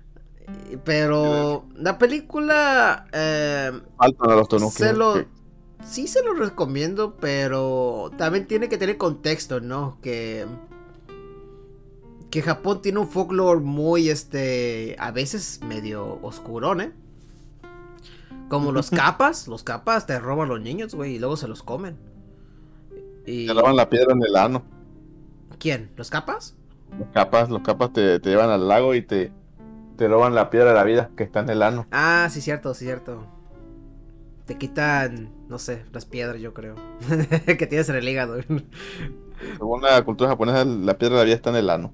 Pero la película... Eh, Faltan a los Tanoke. Se lo... Sí se lo recomiendo, pero también tiene que tener contexto, ¿no? Que... Que Japón tiene un folclore muy, este, a veces medio oscurón, ¿eh? Como los kappas, los kappas te roban los niños, güey, y luego se los comen. Y... Te roban la piedra en el ano. ¿Quién? ¿Los kappas? Los kappas, los kappas te, te llevan al lago y te, te roban la piedra de la vida que está en el ano. Ah, sí, cierto, sí, cierto. te quitan, no sé, las piedras, yo creo. Que tienes en el hígado. Según la cultura japonesa, la piedra de la vida está en el ano.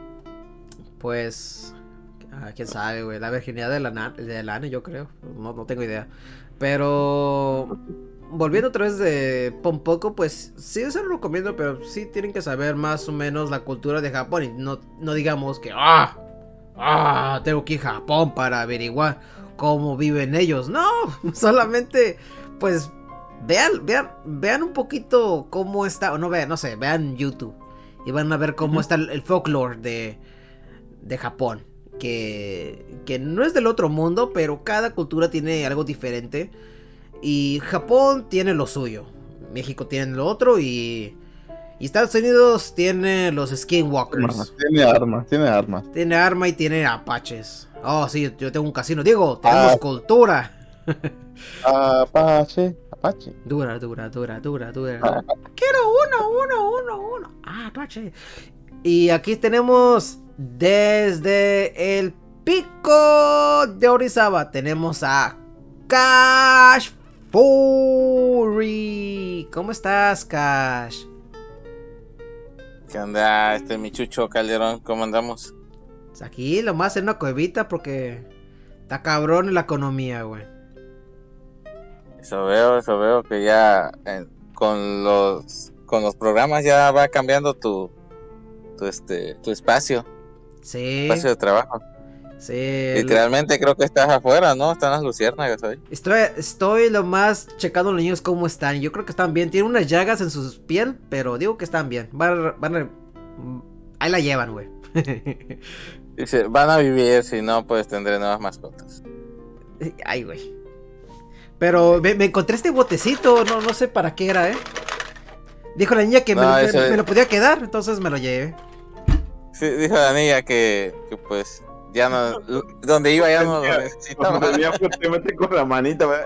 Pues, ah, quién sabe, güey. La virginidad de la, na- de la Ana, yo creo. No, no tengo idea. Pero, volviendo otra vez de Pompoco, pues sí se lo recomiendo, pero sí tienen que saber más o menos la cultura de Japón. Y no, no digamos que, ah, ah, tengo que ir a Japón para averiguar cómo viven ellos. No, solamente, pues, vean, vean, vean un poquito cómo está, o no vean, no sé, vean YouTube. Y van a ver cómo Ujú. está el, el folklore de, de Japón. Que, que no es del otro mundo, pero cada cultura tiene algo diferente. Y Japón tiene lo suyo. México tiene lo otro y, y Estados Unidos tiene los skinwalkers. Tiene armas, tiene armas. Tiene arma y tiene apaches. Oh, sí, yo tengo un casino. Digo, tenemos Ah. cultura. Apache, Apache. Dura, dura, dura, dura, dura. Quiero uno, uno, uno, uno. Ah, apache. Y aquí tenemos desde el pico de Orizaba. Tenemos a Cash Fury. ¿Cómo estás, Cash? ¿Qué onda, este mi Chucho Calderón? ¿Cómo andamos? Pues aquí lo más en una cuevita porque está cabrón la economía, güey. Eso veo, eso veo que ya eh, con los con los programas ya va cambiando tu tu este tu espacio, Sí, espacio de trabajo. sí. Literalmente creo que estás afuera, ¿no? Están las luciérnagas ahí. Estoy, estoy lo más checando los niños cómo están. Yo creo que están bien. Tienen unas llagas en su piel, pero digo que están bien. Van, a- van a- ahí la llevan, güey. Dice, van a vivir, si no, pues tendré nuevas mascotas. Ay, güey. Pero me, me encontré este botecito. No, no sé para qué era, ¿eh? Dijo la niña que me, No, lo- me- eso es- me lo podía quedar, entonces me lo llevé. Sí, dijo la niña que, que pues ya no, donde iba ya no lo necesitaba. Cuando venía fuertemente con la manita, güey.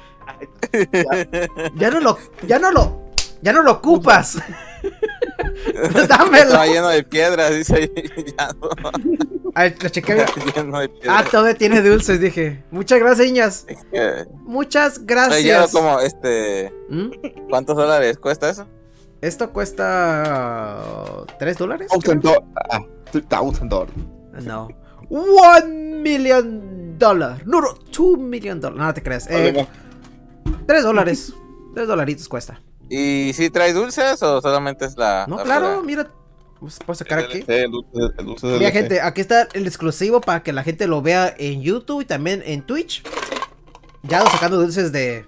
Ya no lo, ya no lo, ya no lo ocupas. Dámelo. Estaba lleno de piedras, dice, ya no, Ay, lo chequé bien. lleno de Ah, piedras. todavía tiene dulces, dije. Muchas gracias, niñas. Eh, Muchas Oye, ya gracias. como, este, ¿Mm? ¿cuántos dólares cuesta eso? Esto cuesta ¿tres dólares? Thousand dollars. Ah, thousand dollars. No. One million dollar. No, no, two million dollar. No te creas. Eh, tres dólares. Tres dolaritos cuesta. ¿Y si trae dulces o solamente es la... No, la claro, pura? mira. Pues, puedo sacar aquí. El dulce, el dulce del Mira, D L C. gente, aquí está el exclusivo para que la gente lo vea en YouTube y también en Twitch. Ya ando sacando dulces de.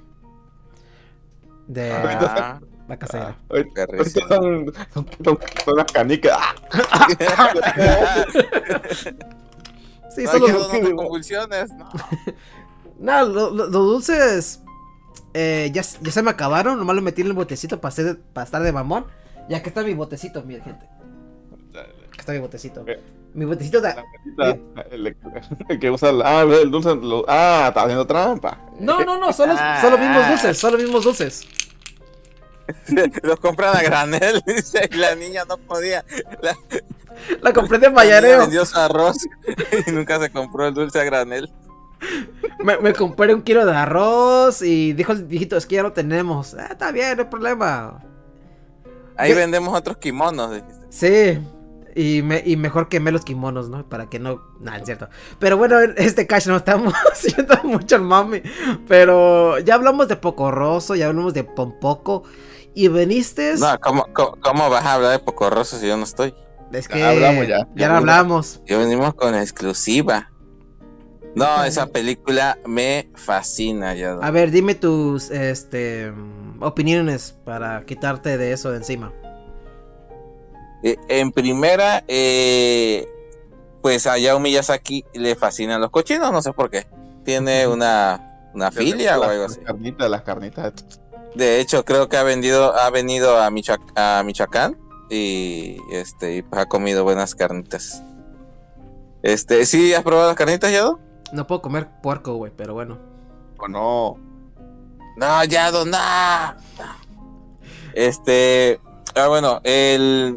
De Ah, la casera. Ahorita qué ahorita risa. son, son, son, son las canicas. ¡Ah! Sí, no, son que los. no te convulsiones, no. No, lo- lo- los dulces. eh, ya, ya se me acabaron. Nomás lo metí en el botecito para, hacer, para estar de mamón. Y aquí está mi botecito, mira, gente. Aquí está mi botecito. Eh. Mi botecito de. La manita, el, el que usa la, ah, el dulce. Lo, ah, está haciendo trampa. No, no, no, son los, son los mismos dulces. Son los mismos dulces. Los compran a granel, dice, y la niña no podía. La, La compré de la niña Mayareo. vendió su arroz y nunca se compró el dulce a granel. Me, me compré un kilo de arroz y dijo el viejito, es que ya lo tenemos. Ah, está bien, no hay problema. Ahí Yo- vendemos otros kimonos, dijiste. Sí. Y, me, y mejor quemé los kimonos, ¿no? Para que no... Nah, es cierto. Pero bueno, en este cash no estamos haciendo mucho el mami. Pero ya hablamos de Pocorroso, ya hablamos de Pompoco. Y veniste... No, ¿cómo, cómo, cómo vas a hablar de Pocorroso si yo no estoy? Es Ya que... hablamos ya. Ya lo hablamos. Yo venimos con exclusiva. No, esa película me fascina, ya. A ver, dime tus, este... opiniones para quitarte de eso de encima. Eh, en primera, eh, pues a Hayao Miyazaki le fascinan los cochinos, no sé por qué. Tiene una, una filia o Las- algo las así. carnitas, las carnitas. De hecho, creo que ha vendido, ha venido a, Michoac- a Michoacán y este y pues ha comido buenas carnitas. Este, ¿sí has probado las carnitas, Yado? No puedo comer puerco, güey, pero bueno. O no. No, Yado, no. Este, ah, bueno, el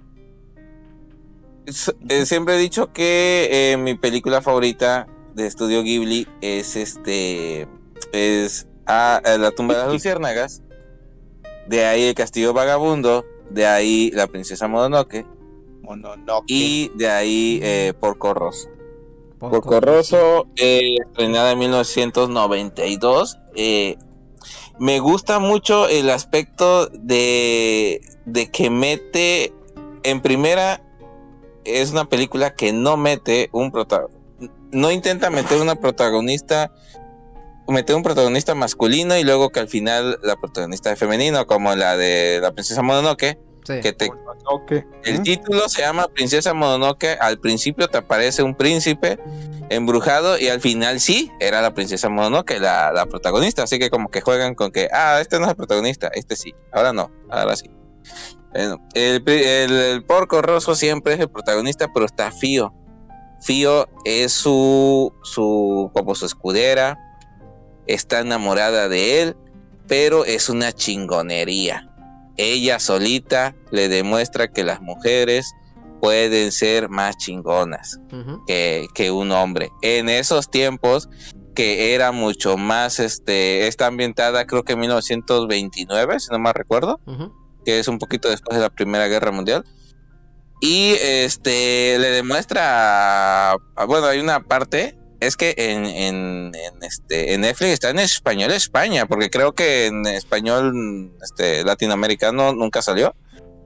s- eh, siempre he dicho que eh, mi película favorita de Estudio Ghibli es este es a, a La tumba de las luciérnagas, de ahí El castillo vagabundo, de ahí La princesa Mononoke, Mononoke. y de ahí eh, Porco Rosso. Porco Porco Rosso, eh, estrenada en mil novecientos noventa y dos. Eh, me gusta mucho el aspecto de, de que mete, en primera, es una película que no mete un protagonista, no intenta meter una protagonista, meter un protagonista masculino y luego que al final la protagonista es femenino, como la de La princesa Mononoke, Sí. que te Mononoke. el ¿Mm? título se llama Princesa Mononoke. Al principio te aparece un príncipe embrujado y al final sí, era la princesa Mononoke la, la protagonista. Así que como que juegan con que, ah, este no es el protagonista, este sí. Ahora no, ahora sí. Bueno, el, el, el Porco Rosso siempre es el protagonista, pero está Fío. Fío es su, su, como su escudera. Está enamorada de él, pero es una chingonería. Ella solita le demuestra que las mujeres pueden ser más chingonas Ujú. que, que un hombre. En esos tiempos que era mucho más, este, está ambientada creo que en mil novecientos veintinueve, si no mal recuerdo, Ujú. que es un poquito después de la Primera Guerra Mundial. Y este le demuestra, a- bueno, hay una parte, es que en, en, en, este, en Netflix está en español España, porque creo que en español este, latinoamericano nunca salió.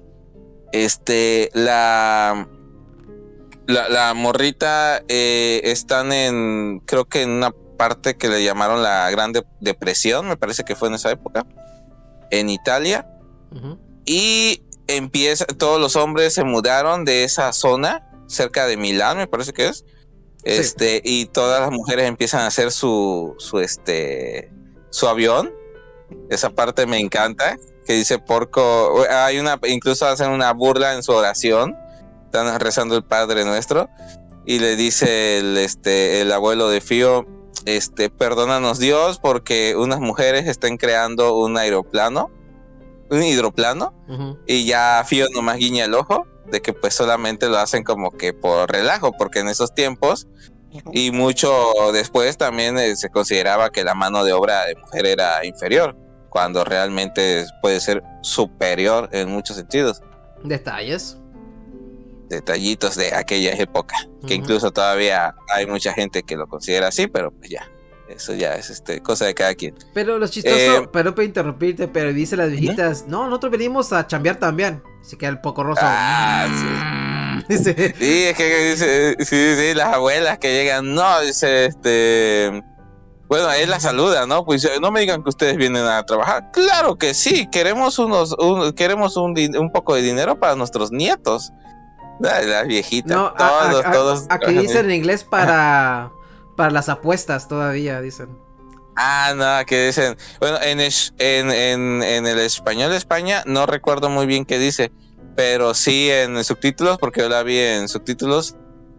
Este, la, la, la morrita eh, están en, creo que en una parte que le llamaron la Gran De- Depresión, me parece que fue en esa época, en Italia. Ujú. Y empieza, todos los hombres se mudaron de esa zona, cerca de Milán, me parece que es. Este, y todas las mujeres empiezan a hacer su, su, este, su avión. Esa parte me encanta, que dice porco. Hay una, incluso hacen una burla en su oración. Están rezando el Padre Nuestro. Y le dice el, este, el abuelo de Fío, este, perdónanos Dios, porque unas mujeres están creando un aeroplano, un hidroplano. Ujú. Y ya Fío nomás guiña el ojo de que pues solamente lo hacen como que por relajo, porque en esos tiempos y mucho después también eh, se consideraba que la mano de obra de mujer era inferior, cuando realmente puede ser superior en muchos sentidos. Detalles. Detallitos de aquella época, que Ujú. incluso todavía hay mucha gente que lo considera así, pero pues ya, eso ya es este cosa de cada quien. Pero lo chistoso, Eh, perdón por interrumpirte, pero dice las viejitas, no, nosotros venimos a chambear también. Así que el Porco Rosso. Ah, Dice, Sí, es que dice, sí, sí, las abuelas que llegan, no, dice, este, bueno, él la saluda, ¿no? Pues no me digan que ustedes vienen a trabajar. Claro que sí, queremos unos, un, queremos un, din- un poco de dinero para nuestros nietos. Ay, las viejitas, no, a- todos, a- a- todos. aquí dicen en inglés para, para las apuestas todavía, dicen. Ah, no, que dicen, bueno, en, es- en, en, en el español de España no recuerdo muy bien qué dice, pero sí en subtítulos, porque yo la vi en subtítulos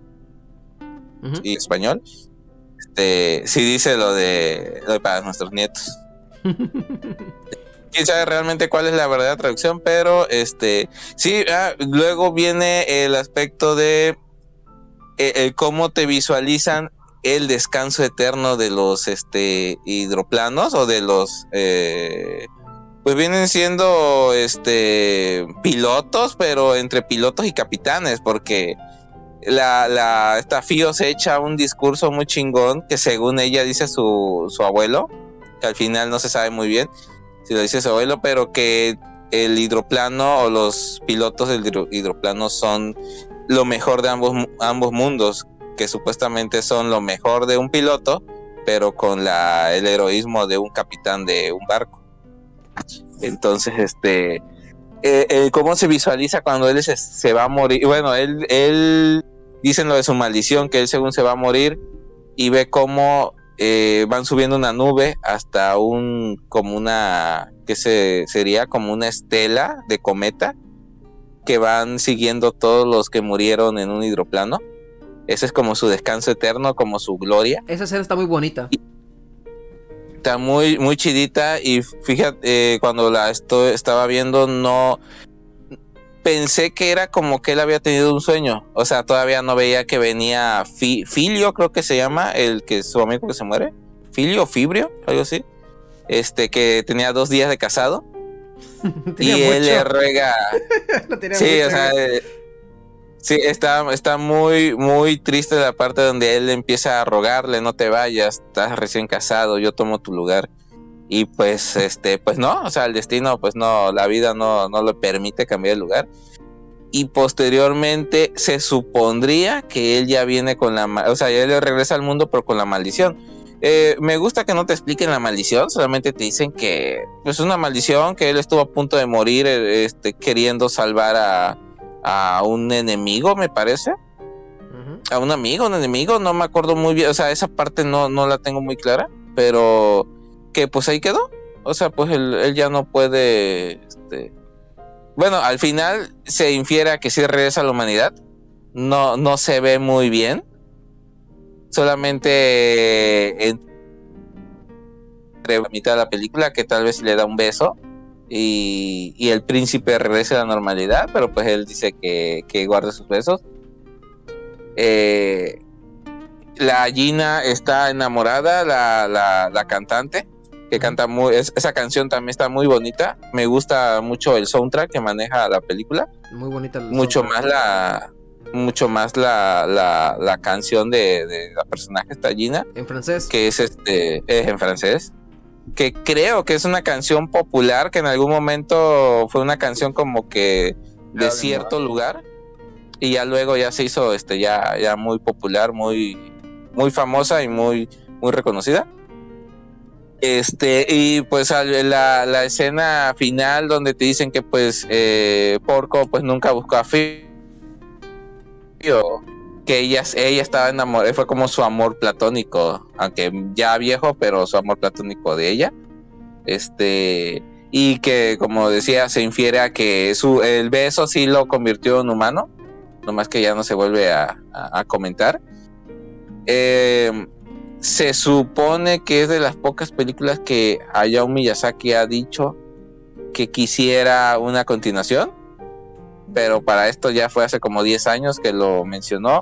Ujú. y español. Este, sí dice lo de, lo de para nuestros nietos. Quién sabe realmente cuál es la verdadera traducción, pero este, sí, ah, luego viene el aspecto de eh, el cómo te visualizan el descanso eterno de los este hidroplanos o de los eh, pues vienen siendo este pilotos, pero entre pilotos y capitanes, porque la, la esta Fío se echa un discurso muy chingón que según ella dice su, su abuelo, que al final no se sabe muy bien si lo dice su abuelo, pero que el hidroplano o los pilotos del hidro- hidroplano son lo mejor de ambos, mu- ambos mundos, que supuestamente son lo mejor de un piloto, pero con la, el heroísmo de un capitán de un barco. Entonces, este, eh, eh, cómo se visualiza cuando él se, se va a morir. Bueno, él, él dicen lo de su maldición, que él según se va a morir y ve cómo eh, van subiendo una nube hasta un, como una, que se, sería como una estela de cometa, que van siguiendo todos los que murieron en un hidroplano. Ese es como su descanso eterno, como su gloria. Esa escena está muy bonita. Está muy, muy chidita y fíjate, eh, cuando la esto, estaba viendo, no pensé que era como que él había tenido un sueño. O sea, todavía no veía que venía Fi- Filio, creo que se llama, el que su amigo que se muere. Filio, Fibrio, algo así. este, que tenía dos días de casado. Tenía y él mucho. le ruega. No tenía Sí, mucho. o sea, eh, sí, está, está muy, muy triste la parte donde él empieza a rogarle, no te vayas, estás recién casado, yo tomo tu lugar. Y pues, este, pues no, o sea, el destino, pues no, la vida no, no le permite cambiar el lugar. Y posteriormente se supondría que él ya viene con la, ma- o sea, él regresa al mundo, pero con la maldición. Eh, me gusta que no te expliquen la maldición, solamente te dicen que pues, es una maldición, que él estuvo a punto de morir, eh, este, queriendo salvar a, a un enemigo, me parece. Ujú. A un amigo, un enemigo, no me acuerdo muy bien, o sea, esa parte no, no la tengo muy clara, pero que pues ahí quedó. O sea, pues él, él ya no puede, este... Bueno, al final se infiere a que sí regresa a la humanidad, no, no se ve muy bien. Solamente entre la mitad de la película que tal vez le da un beso y, y el príncipe regresa a la normalidad, pero pues él dice que, que guarde sus besos. Eh, la Gina está enamorada, la, la, la cantante que canta muy, es, esa canción también está muy bonita. Me gusta mucho el soundtrack que maneja la película, Muy bonita. el mucho soundtrack. más la mucho más la, la, la canción de, de la personaje esta Gina, En francés. que es este es en francés, que creo que es una canción popular, que en algún momento fue una canción como que de Ya, cierto lugar y ya luego ya se hizo este ya, ya muy popular, muy, muy famosa y muy, muy reconocida. Este, y pues al- la, la escena final donde te dicen que pues eh, Porco pues nunca buscó a Fio, que ella, ella estaba enamorada, fue como su amor platónico, aunque ya viejo, pero su amor platónico de ella. Este, y que como decía, se infiere a que su, el beso sí lo convirtió en humano, nomás que ya no se vuelve a, a, a comentar. Eh, se supone que es de las pocas películas que Hayao Miyazaki ha dicho que quisiera una continuación, pero para esto ya fue hace como diez años que lo mencionó.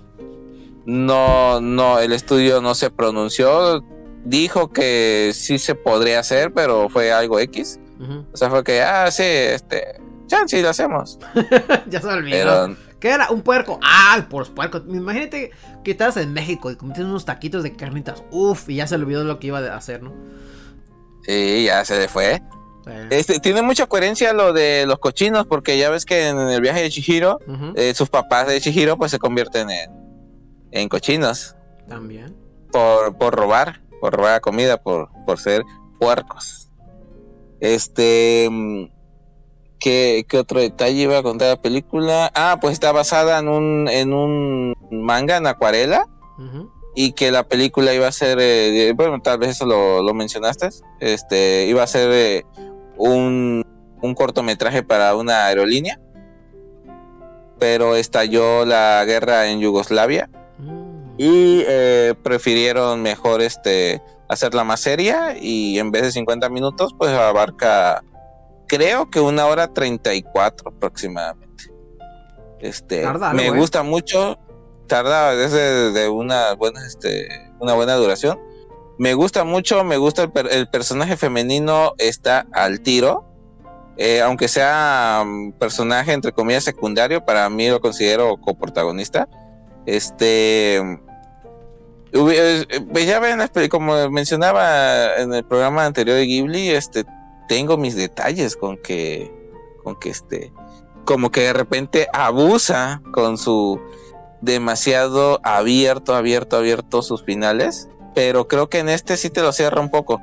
No, no, el estudio no se pronunció, dijo que sí se podría hacer, pero fue algo X. Ujú. O sea, fue que, ah, sí, este, ya sí lo hacemos. Ya se me olvidó. Pero ¿Qué era? Un puerco. Ah, por los puercos. Imagínate que estás en México y cometes unos taquitos de carnitas. Uf, y ya se le olvidó lo que iba a hacer, ¿no? sí, ya se le fue. Eh, Este, tiene mucha coherencia lo de los cochinos, porque ya ves que en el viaje de Chihiro, ujú, eh, sus papás de Chihiro pues se convierten en, en cochinos También. por, por robar, por robar la comida, por, por ser puercos. Este, mm, ¿qué, qué otro detalle iba a contar la película? Ah, pues está basada en un, en un manga en acuarela, Ujú. y que la película iba a ser, eh, bueno, tal vez eso lo, lo mencionaste, este, iba a ser eh, un, un cortometraje para una aerolínea, pero estalló la guerra en Yugoslavia Mm. y eh, prefirieron mejor este, hacerla más seria, y en vez de cincuenta minutos pues abarca, creo que una hora treinta y cuatro aproximadamente. Este, Tarda algo, me ¿eh? gusta mucho, tarda desde de una buena, este, una buena duración. Me gusta mucho, me gusta el, per- el personaje femenino, está al tiro. Eh, aunque sea um, personaje entre comillas secundario, para mí lo considero coprotagonista. Este, hubi- eh, pues ya ven, las peli- como mencionaba en el programa anterior de Ghibli, este, tengo mis detalles con que, con que este, como que de repente abusa con su demasiado abierto, abierto, abierto sus finales, pero creo que en este sí te lo cierra un poco.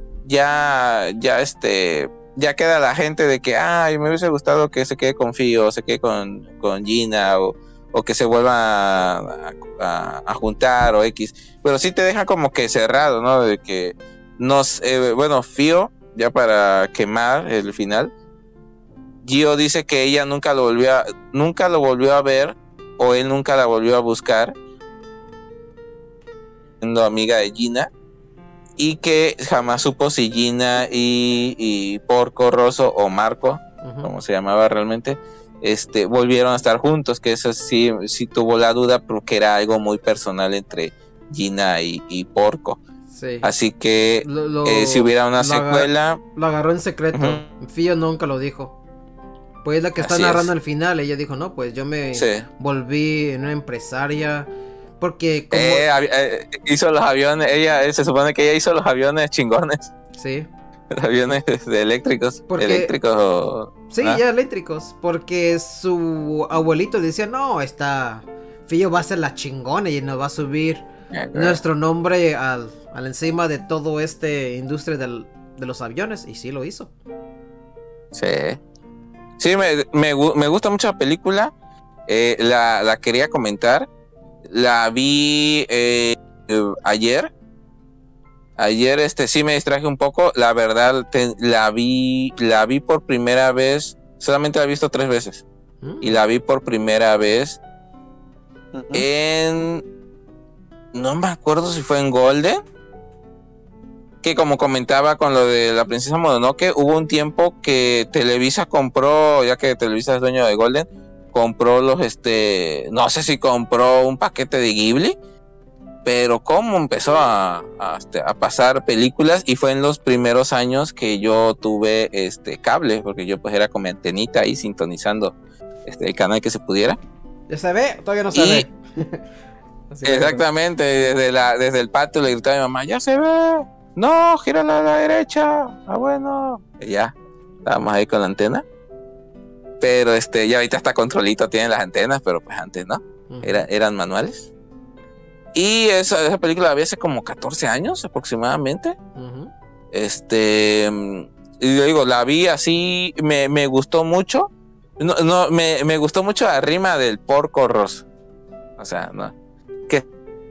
Ya, ya este, ya queda la gente de que, ay, me hubiese gustado que se quede con Fio, o se quede con, con Gina, o, o que se vuelva a, a, a juntar, o X, pero sí te deja como que cerrado, ¿no? De que nos, eh, bueno, Fio, ya para quemar el final, Gio dice que ella nunca lo volvió a, nunca lo volvió a ver, o él nunca la volvió a buscar, siendo amiga de Gina, y que jamás supo si Gina y, y Porco Rosso o Marco, Ujú. como se llamaba realmente, este, volvieron a estar juntos, que eso sí, sí tuvo la duda porque era algo muy personal entre Gina y, y Porco. Sí. Así que Lo- lo- eh, si hubiera una lo aga- secuela, Lo agarró en secreto. Ujú. Fío nunca lo dijo. Pues la que está Así narrando es. el final, ella dijo, no, pues yo me sí. volví una empresaria. Porque como... Eh, avi- eh, hizo los aviones, ella eh, se supone que ella hizo los aviones chingones, Sí, los aviones de eléctricos, Porque- eléctricos o sí, ¿ah? ya eléctricos. Porque su abuelito decía, no, está... Fío va a ser la chingona y nos va a subir Eh, nuestro nombre al, al encima de todo este industria del- de los aviones. Y sí lo hizo. Sí, sí me, me, gu- me gusta mucho la película, eh, la, la quería comentar, la vi eh, eh, ayer, ayer este sí me distraje un poco, la verdad te- la vi, la vi por primera vez, solamente la he visto tres veces, ¿Mm? y la vi por primera vez Ujú. en, no me acuerdo si fue en Golden, que como comentaba con lo de la princesa Mononoke, hubo un tiempo que Televisa compró, ya que Televisa es dueño de Golden, compró los, este, no sé si compró un paquete de Ghibli, pero como empezó a, a, este, a pasar películas, y fue en los primeros años que yo tuve este cable, porque yo pues era con mi antenita ahí sintonizando este, el canal que se pudiera. ¿Ya se ve? Todavía no se Y- ve. Así que- Exactamente, desde, la, desde el patio le gritaba a mi mamá, ya se ve, no, gírala a la derecha, ah bueno, y ya, estábamos ahí con la antena, pero este, ya ahorita hasta controlito tienen las antenas, pero pues antes no, Ujú. era, eran manuales, y esa, esa película la vi hace como catorce años aproximadamente, Ujú. este, y yo digo, la vi así, me, me gustó mucho, no, no, me, me gustó mucho la rima del porco roso, o sea, no, que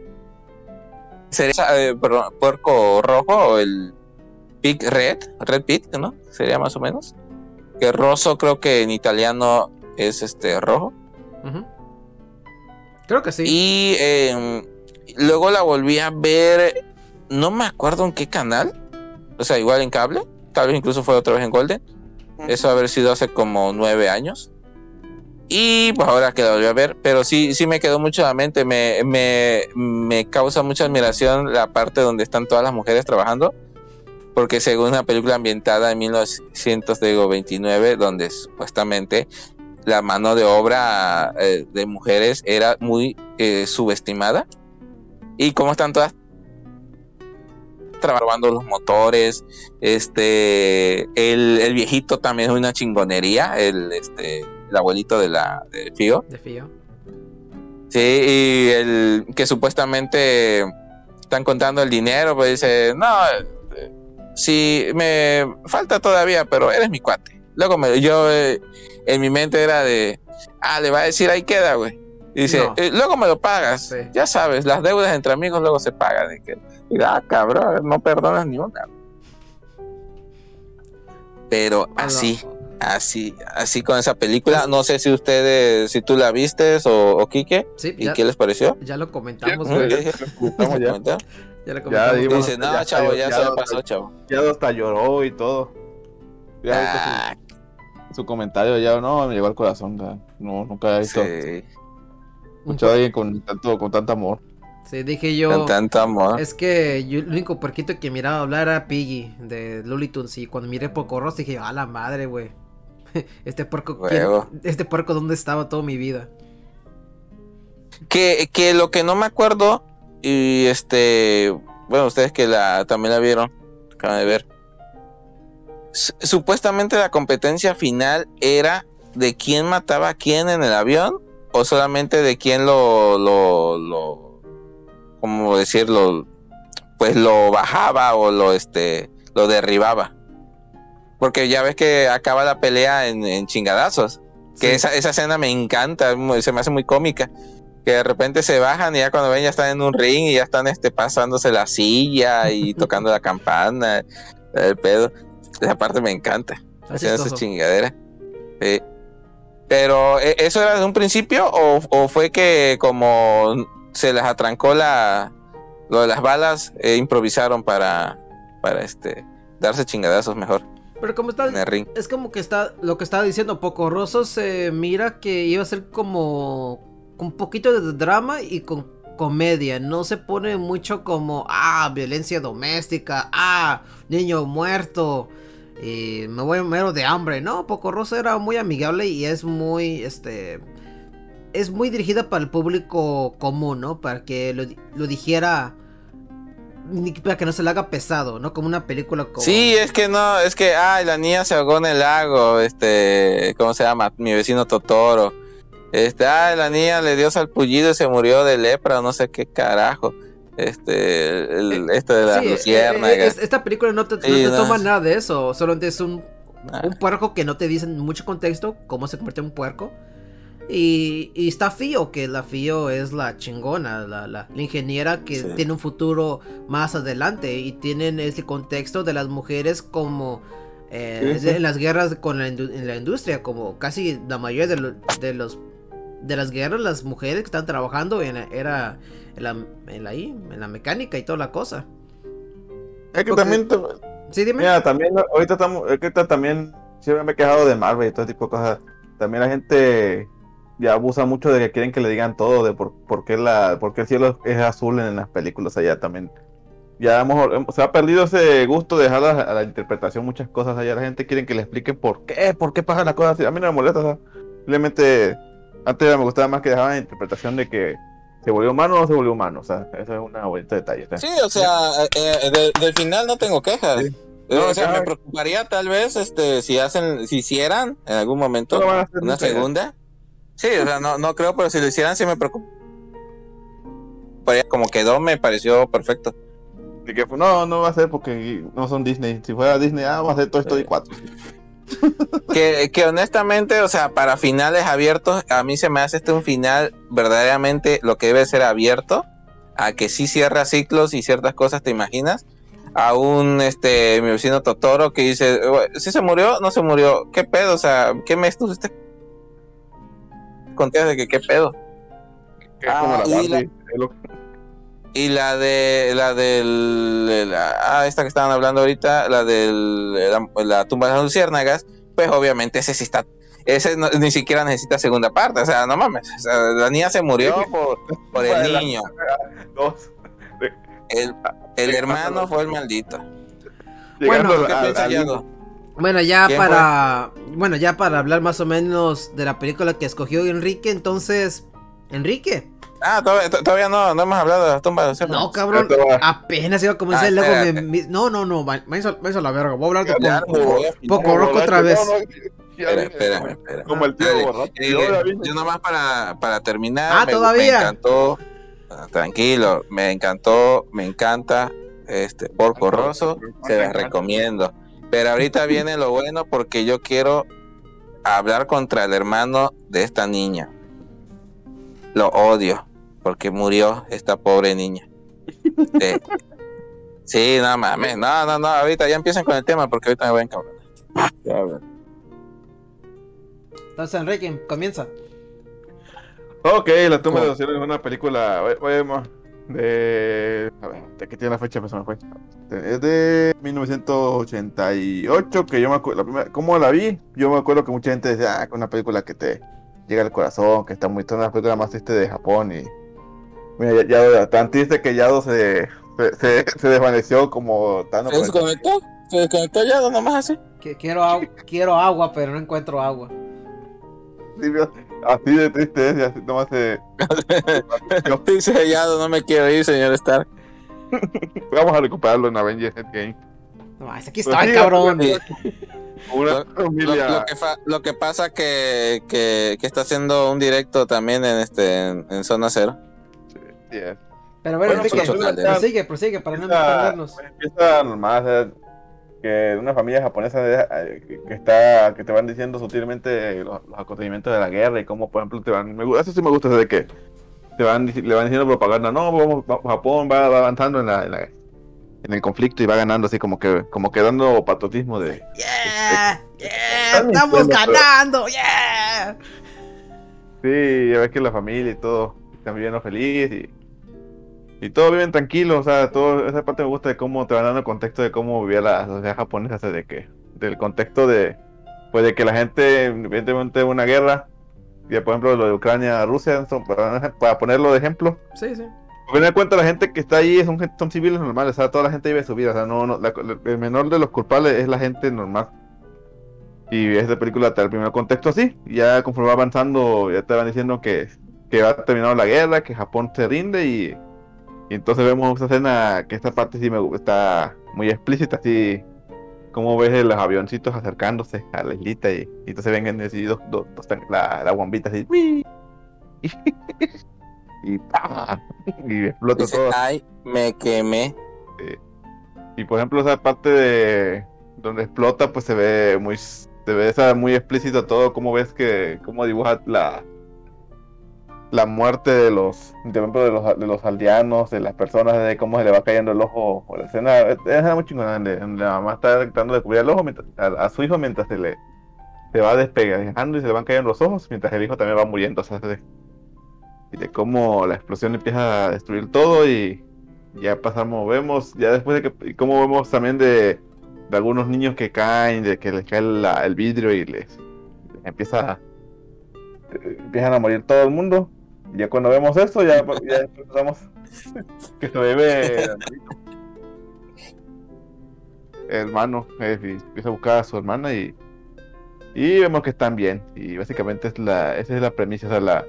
sería eh, perdón, puerco rojo o el pig red, red pig, ¿no? Sería más o menos. Que rosso creo que en italiano es este rojo. Ujú. Creo que sí. Y eh, luego la volví a ver, no me acuerdo en qué canal, o sea, igual en cable, tal vez incluso fue otra vez en Golden. Eso haber sido hace como nueve años. Y pues ahora que la volví a ver, pero sí, sí me quedó mucho en la mente, me, me, me causa mucha admiración la parte donde están todas las mujeres trabajando, porque según una película ambientada en mil novecientos veintinueve, donde supuestamente la mano de obra eh, de mujeres era muy eh, subestimada, y cómo están todas trabajando los motores, este, el, el viejito también es una chingonería, el, este, el abuelito de la de Fío. De Fío. Sí, y el que supuestamente están contando el dinero, pues dice, no, eh, sí, me falta todavía, pero eres mi cuate. Luego me, yo, eh, en mi mente era de, ah, le va a decir, ahí queda, güey. Y dice, No. eh, luego me lo pagas. Sí. Ya sabes, las deudas entre amigos luego se pagan. Y, que, y, ah, cabrón, no perdonas ni una. Pero Ah, no. así, así, así con esa película. No sé si ustedes, si tú la vistes o, o Quique, Sí, ¿y ya, qué les pareció? ya lo comentamos, Ujú, güey. ya dije, Estamos ya. ¿comentar? Ya lo Ya comentamos. dimos- Dice, no, ya chavo, ya, ya- se ya- me pasó, chavo. Ya hasta lloró y todo. Ya ahorita Ah, su, su comentario ya no me llegó al corazón. ya. No, nunca he visto sí, escuchado a alguien con tanto, con tanto amor. Sí, dije yo. con tanto amor. Es que yo, el único puerquito que miraba hablar era Piggy de Looney Tunes. Y cuando miré Porco Rosso dije, a la madre, güey. Este puerco, ¿quién- Huevo. este puerco, ¿dónde estaba toda mi vida? Que, que lo que no me acuerdo, y este, bueno, ustedes que la también la vieron, acaban de ver. Su- Supuestamente la competencia final era de quién mataba a quién en el avión, o solamente de quién lo, lo, lo, ¿cómo decirlo? Pues lo bajaba o lo, este, lo derribaba. Porque ya ves que acaba la pelea en, en chingadazos. Que Sí. esa, esa escena me encanta, mu- se me hace muy cómica. Que de repente se bajan y ya cuando ven ya están en un ring y ya están este, pasándose la silla y tocando la campana, el pedo. Esa parte me encanta. Está Hacen esas chistoso. chingaderas. Sí. Pero, ¿e- ¿eso era desde un principio o, o fue que como se les atrancó la lo de las balas, eh, improvisaron para, para este darse chingadazos mejor Pero como está, en el ring? es como que está, lo que estaba diciendo Porco Rosso se mira que iba a ser como un poquito de drama y con comedia, no se pone mucho como, ah, violencia doméstica, ah, niño muerto, y me voy a mero de hambre. No, Porco Rosso era muy amigable y es muy, este, es muy dirigida para el público común, ¿no? Para que lo, lo dijera, para que no se le haga pesado, ¿no? Como una película como... Sí, es que no, es que, ay, la niña se ahogó en el lago, este, ¿cómo se llama? Mi vecino Totoro. Este, ay, la niña le dio salpullido y se murió de lepra, no sé qué carajo. Este, el, esto de la Sí, luciérnaga. eh, eh, esta película no te, no Sí, te no, toma es- nada de eso, solo es un, Nah. un puerco que no te dicen mucho contexto, cómo se convierte en un puerco. Y, y está Fio, que la Fio es la chingona, la, la, la ingeniera que Sí. tiene un futuro más adelante. Y tienen ese contexto de las mujeres como eh, Sí, sí. de- en las guerras con la, indu- en la industria, como casi la mayoría de, lo- de los de las guerras, las mujeres que están trabajando en, era en la, en la, ahí, en la mecánica y toda la cosa. Es que Porque- también, te- Sí, dime. mira, también, ahorita estamos, es que está también, siempre me he quejado de Marvel y todo tipo de cosas. También la gente ya abusa mucho de que quieren que le digan todo, de por, por qué la, por qué el cielo es azul en las películas allá también. Ya hemos, se ha perdido ese gusto de dejar a, a la interpretación muchas cosas allá. La gente quiere que le expliquen por qué, por qué pasan las cosas así. A mí no me molesta, o sea, simplemente, antes me gustaba más que dejaban la interpretación de que se volvió humano o no se volvió humano. O sea, eso es una bonita detalle. o sea. Sí, o sea, eh, de- del final no tengo quejas. Sí. Eh, o sea, Ajá. me preocuparía tal vez, este, si hacen, si hicieran en algún momento No lo van a hacer una nunca ya. segunda. Sí, o sea, no, no creo, pero si lo hicieran sí me preocuparía. Como quedó, me pareció perfecto. De que, pues, no, no va a ser porque no son Disney. Si fuera Disney, ah, vamos a hacer Toy Story cuatro. Que, que honestamente, o sea, para finales abiertos, a mí se me hace este un final verdaderamente lo que debe ser abierto, a que sí cierra ciclos y ciertas cosas, ¿te imaginas? A un, este, mi vecino Totoro que dice, ¿sí se murió? ¿No se murió? ¿Qué pedo? O sea, ¿qué me estuviste contando de que qué pedo? Que es Ah, como la y Barbie. la- es lo- Y la de, la del, la- ah, esta que estaban hablando ahorita, la del, la, la tumba de las luciérnagas, pues obviamente ese sí está, ese no- ni siquiera necesita segunda parte, o sea, no mames, o sea, la niña se murió por, por el Bueno, niño, Dos. el, el hermano fue el maldito. Llegando Bueno, ¿Qué al- piensas, al- Yago? Bueno, ya ¿Quién para. Bueno, ya para hablar más o menos de la película que escogió Enrique, entonces. Enrique. Ah, todavía, to- todavía no, no hemos hablado de la tumba de los luciérnagas. No, cabrón. Esto va. Apenas iba a comenzar Ah, y luego me, espérate. me- No, no, no. va- Váyanse a váyanse a la verga. Voy a hablar de Ya, poco, me voy a poco filmar, roco otra vez. No, no, ya Espera, viene, espérame, espérame. Como el tío Dale. borracho. Eh, Yo ya vine. yo nomás para, para terminar, Ah, me, ¿todavía? me encantó, ah, tranquilo, me encantó, me encanta este Porco Rosso, se las recomiendo. Pero ahorita viene lo bueno porque yo quiero hablar contra el hermano de esta niña. Lo odio porque murió esta pobre niña. Sí, sí, no mames, no, no, no, ahorita ya empiezan con el tema porque ahorita me voy a encabronar. Ya, a ver. Entonces, Enrique, comienza. Ok, La tumba ¿Cómo? de los cielos es una película. oye, oye, ma, de. A ver, ¿de qué tiene la fecha? Pues se me fue. Es de mil novecientos ochenta y ocho. Que yo me acuerdo. La primera, ¿cómo la vi? Yo me acuerdo que mucha gente decía, ah, que es una película que te llega al corazón, que está muy. Es una película más triste de Japón. Y. Mira, ya, ya- tan triste que Yado se, se, se, se desvaneció como Thanos. ¿Se desconectó? ¿Se desconectó ya nomás así? Que quiero, agu- quiero agua, pero no encuentro agua. Así de triste es, y así nomás se. Estoy sellado, no me quiero ir, señor Stark. Vamos a recuperarlo en Avengers Endgame. No, ese aquí Pues está, sí, cabrón. Sí. Una Lo, lo- familia. lo que fa- lo que pasa que, que, que está haciendo un directo también en este en, en Zona Cero. Sí, es. Pero bueno, Bueno, Enrique, pues, ojalá. prosigue, prosigue para no Empieza, perdernos. empieza normal, o sea, que una familia japonesa de- que, que está, que te van diciendo sutilmente los, los acontecimientos de la guerra y cómo, por ejemplo, te van, me, gu- eso sí me gusta, de que te van, dici- le van diciendo propaganda, no, vamos, va- Japón va, va avanzando en la, en la- en el conflicto y va ganando así como que, como que dando patriotismo de, Yeah, yeah, Están estamos mintiendo, pero- ganando, yeah. sí, ya ves que la familia y todo están viviendo feliz y Y todos viven tranquilos, o sea, todo, esa parte me gusta de cómo te van dando el contexto de cómo vivía la sociedad japonesa, o sea, de que, del contexto de, pues de que la gente, evidentemente, una guerra, y por ejemplo lo de Ucrania, Rusia, son- para, para ponerlo de ejemplo, Sí, sí. Al final de cuentas, la gente que está ahí son, gente- son civiles normales, o sea, toda la gente vive su vida, o sea, no, no, la- el menor de los culpables es la gente normal. Y esta película te da el primer contexto así, y ya conforme va avanzando, ya te van diciendo que, que ha terminado la guerra, que Japón se rinde, y, y entonces vemos esa escena, que esta parte sí me gu- está muy explícita, así como ves los avioncitos acercándose a la islita, y, y entonces ven así dos, dos, dos tan- la, la bombita así, ¡uy! y, ¡pah! Y explota Dice, todo. ay, me quemé. Y por ejemplo esa parte de donde explota, pues se ve muy, se ve esa muy explícito todo, como ves que, cómo dibuja la, la muerte de los, de, ejemplo, de los, de los aldeanos, de las personas, de cómo se le va cayendo el ojo, o la escena, es una escena muy chingona, donde, donde la mamá está tratando de cubrir el ojo mientras, a, a su hijo mientras se le, se va despegando y se le van cayendo los ojos, mientras el hijo también va muriendo, o sea, de, y de cómo la explosión empieza a destruir todo y ya pasamos, vemos, ya después de que, y cómo vemos también de, de algunos niños que caen, de que les cae la- el vidrio y les, les empieza a, eh, empiezan a morir todo el mundo. Y ya cuando vemos esto, ya, ya empezamos que se bebe el hermanito, el hermano, eh, y empieza a buscar a su hermana y, y vemos que están bien. Y básicamente es la, esa es la premisa, o sea, la,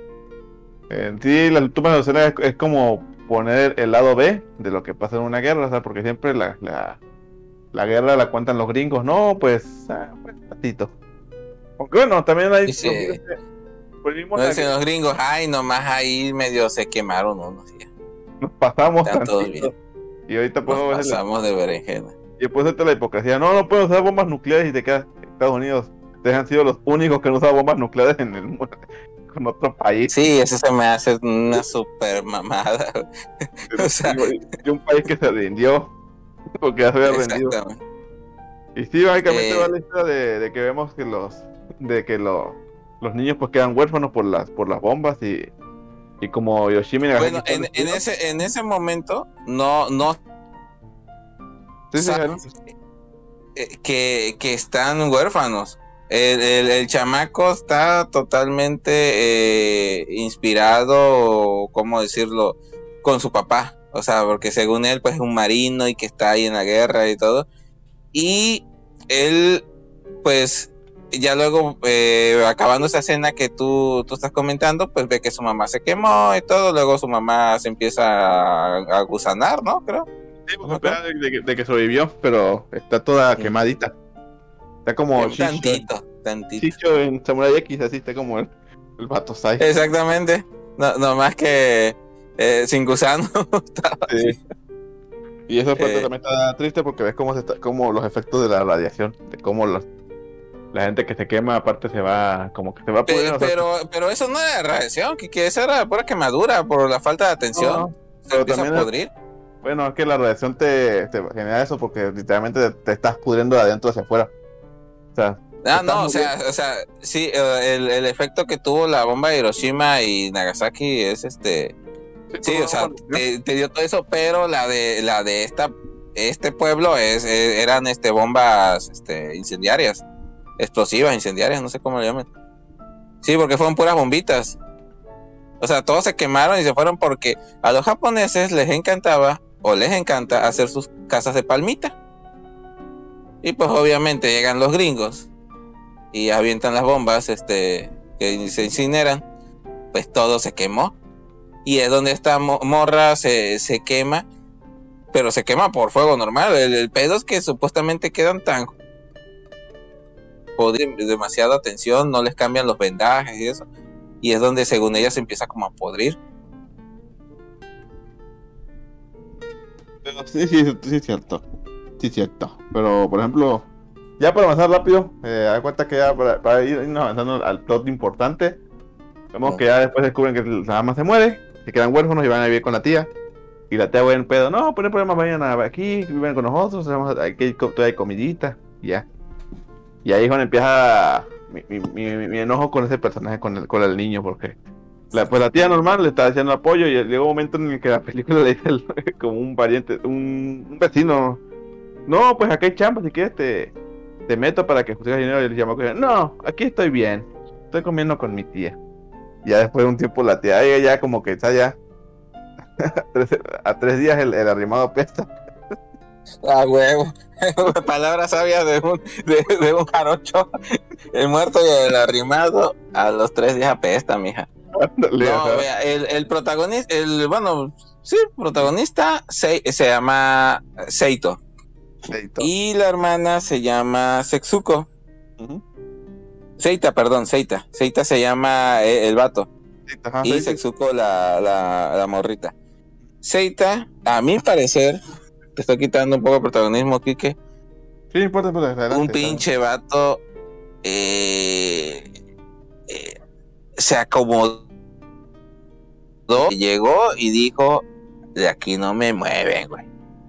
en sí, la toma de escena es, es como poner el lado B de lo que pasa en una guerra, o sea, porque siempre la, la, la guerra la cuentan los gringos, no, pues, ah, pues, ratito. Aunque bueno, también hay Dice- los gringos que volvimos No a dicen que los gringos, ay, nomás ahí medio se quemaron unos días. nos pasamos Están todos tantito. bien. Y ahorita Nos podemos ver la, pasamos de berenjena. y después de la hipocresía, no, no pueden usar bombas nucleares y te quedas Estados Unidos. Ustedes han sido los únicos que no usan bombas nucleares en el mundo, con otro país. Sí, eso se me hace una super mamada. o sea, Y un país que se rindió, porque ya se había rendido. Exactamente. Y sí, básicamente Eh, va la historia de, de que vemos que los de que lo- los niños pues quedan huérfanos por las por las bombas y, y como Yoshimi y Nagasaki Bueno, están en, en destruidos. ese en ese momento no no Sí, sí, sa- ¿no? eh, que, que están huérfanos. El, el, el chamaco está totalmente eh, inspirado, ¿cómo decirlo? Con su papá. O sea, porque según él, pues es un marino y que está ahí en la guerra y todo. Y él, pues, ya luego, eh, acabando esa escena que tú, tú estás comentando, pues ve que su mamá se quemó y todo. Luego su mamá se empieza a, a gusanar, ¿no? Creo. Sí, pues, espera de, de que- de que sobrevivió, pero está toda Sí. quemadita. Está como Eh, Shisho, tantito, tantito. Shisho en Samurai X, así está como el, el vato Sai. Exactamente. No, no más que eh, sin gusano. Estaba así. Sí. Y esa parte Eh. también está triste porque ves cómo, se está, cómo los efectos de la radiación, de cómo los- la gente que se quema aparte se va, como que se va Pe- pudriendo, o sea, pero, pero eso no era radiación, que, que eso era pura quemadura por la falta de atención. no, Se pero empieza a también- podrir. bueno, es que la radiación te, te genera eso porque literalmente te, te estás pudriendo de adentro hacia afuera. O sea, Ah, estás no, o sea, muriendo. o sea, sí, eh, el, el efecto que tuvo la bomba de Hiroshima y Nagasaki es este. Sí, como o sea, una bomba, ¿no? te, te dio todo eso, pero la de la de esta este pueblo es, eh, eran este bombas este incendiarias, explosivas, incendiarias, no sé cómo le llaman. Sí, porque fueron puras bombitas. O sea, todos se quemaron y se fueron porque a los japoneses les encantaba o les encanta hacer sus casas de palmita. Y pues obviamente llegan los gringos y avientan las bombas este que se incineran, pues todo se quemó. Y es donde esta mo- morra se, se quema, pero se quema por fuego normal. El, el pedo es que supuestamente quedan tan podridos, demasiada atención, no les cambian los vendajes y eso. Y es donde según ella se empieza como a podrir. Pero sí, sí, sí, es cierto. Sí, es cierto. Pero, por ejemplo, ya para avanzar rápido, eh, da cuenta que ya para, para ir irnos avanzando al plot importante, vemos Mm. que ya después descubren que la mamá se muere, se quedan huérfanos y van a vivir con la tía. Y la tía, buen pedo, no, pues no hay problema, vayan a- aquí, viven con nosotros, vamos a- aquí hay co- todavía hay comidita, y ya. Y ahí es donde empieza mi, mi, mi- mi enojo con ese personaje, con el, con el niño, porque la, pues la tía normal le está haciendo apoyo y llega un momento en el que la película le dice el- como un pariente, un, un vecino, no, pues acá hay chamba, si quieres te, te meto para que consigas dinero. Y el chamaco dice, no, aquí estoy bien, estoy comiendo con mi tía. Y ya después de un tiempo la tía, ella ya como que está ya A tres días el, el arrimado apesta. Ah, huevo. Palabras sabias de un, de, de un jarocho. El muerto y el arrimado a los tres días apesta, mija. Ándale, No, ajá. vea, el, el protagonista, el, bueno, sí, protagonista se, se llama Seito. Seito. Y la hermana se llama Setsuko. Ujú. Seita, perdón, Seita. Seita se llama el, el vato. Seito, ajá, Y Seito. Setsuko la, la, la morrita. Seita, a mi parecer, te estoy quitando un poco de protagonismo, Kike. Sí, importa, importa, adelante, Un pinche vato eh, eh, se acomodó, llegó y dijo, de aquí no me mueven, güey.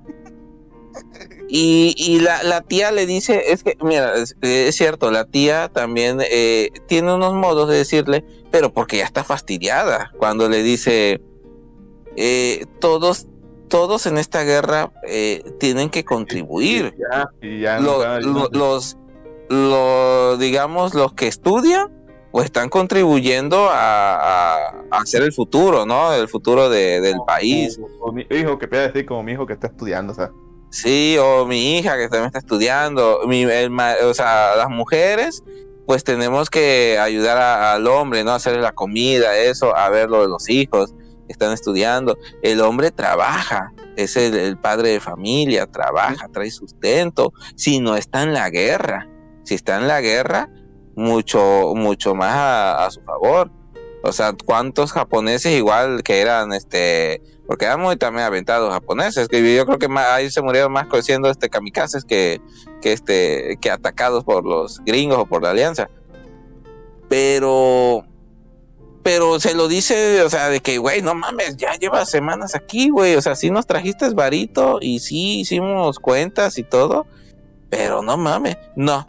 Y, y la, la tía le dice, es que, mira, es, es cierto, la tía también eh, tiene unos modos de decirle, pero porque ya está fastidiada, cuando le dice, eh, todos, todos en esta guerra eh, tienen que contribuir. Y ya, y ya no Lo- estaba lo- ayudando. los, lo, digamos, los que estudian, pues están contribuyendo a, a- a hacer el futuro, ¿no? El futuro de- del país. O, o mi hijo, que puede decir como mi hijo que está estudiando, o sea. Sí, o mi hija que también está estudiando, mi, el ma- o sea, las mujeres, pues tenemos que ayudar a- al hombre, ¿no? A hacerle la comida, eso, a ver lo de los hijos que están estudiando. El hombre trabaja, es el, el padre de familia, trabaja, trae sustento, si no está en la guerra, si está en la guerra, mucho, mucho más a, a su favor. O sea, ¿cuántos japoneses igual que eran, este, porque eran muy también aventados japoneses, que yo creo que más, ahí se murieron más siendo este kamikazes que, que este, que atacados por los gringos o por la alianza. Pero, pero se lo dice, o sea, de que, güey, no mames, ya llevas semanas aquí, güey, o sea, sí nos trajiste varito y sí hicimos cuentas y todo, pero no mames, no.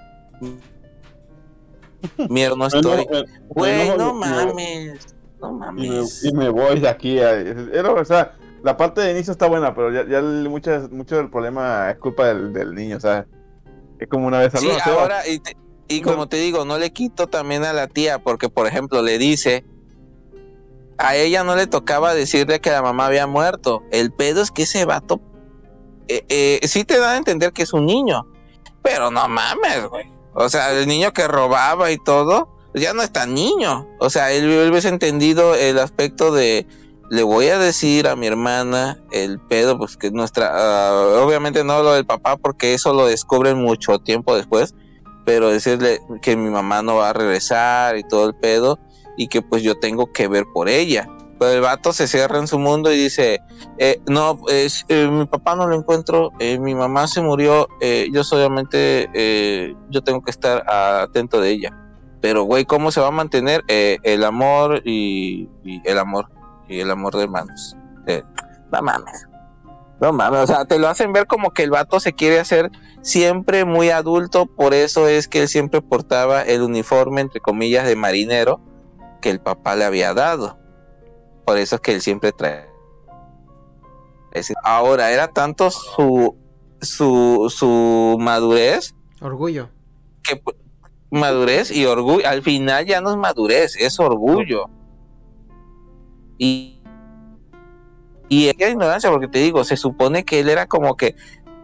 Mierda, no estoy. Güey, no mames. No Y me, mames. y me voy de aquí. a- era, o sea, la parte de inicio está buena, pero ya, ya el- muchas, mucho del problema es culpa del, del niño, o sea, es como una vez al Sí, mes, se va. ahora, y, te- y como te digo, no le quito también a la tía, porque por ejemplo le dice, a ella no le tocaba decirle que la mamá había muerto. El pedo es que ese vato, eh, eh, sí te da a entender que es un niño, pero no mames, güey. O sea, el niño que robaba y todo, ya no es tan niño. O sea, él, él hubiese entendido el aspecto de, le voy a decir a mi hermana el pedo, pues que nuestra, uh, obviamente no lo del papá, porque eso lo descubren mucho tiempo después, pero decirle que mi mamá no va a regresar y todo el pedo, y que pues yo tengo que ver por ella. Pero el vato se cierra en su mundo y dice, eh, no, es, eh, mi papá no lo encuentro, eh, mi mamá se murió, eh, yo solamente, eh, yo tengo que estar atento de ella. Pero güey, ¿cómo se va a mantener eh, el amor y, y el amor y el amor de hermanos? Eh, no mames, no mames, o sea, te lo hacen ver como que el vato se quiere hacer siempre muy adulto, por eso es que él siempre portaba el uniforme, entre comillas, de marinero que el papá le había dado. Por eso es que él siempre trae. Ahora, era tanto su, su, su madurez, Orgullo. que madurez y orgullo, al final ya no es madurez, es orgullo. Y, y es ignorancia, porque te digo, se supone que él era como que,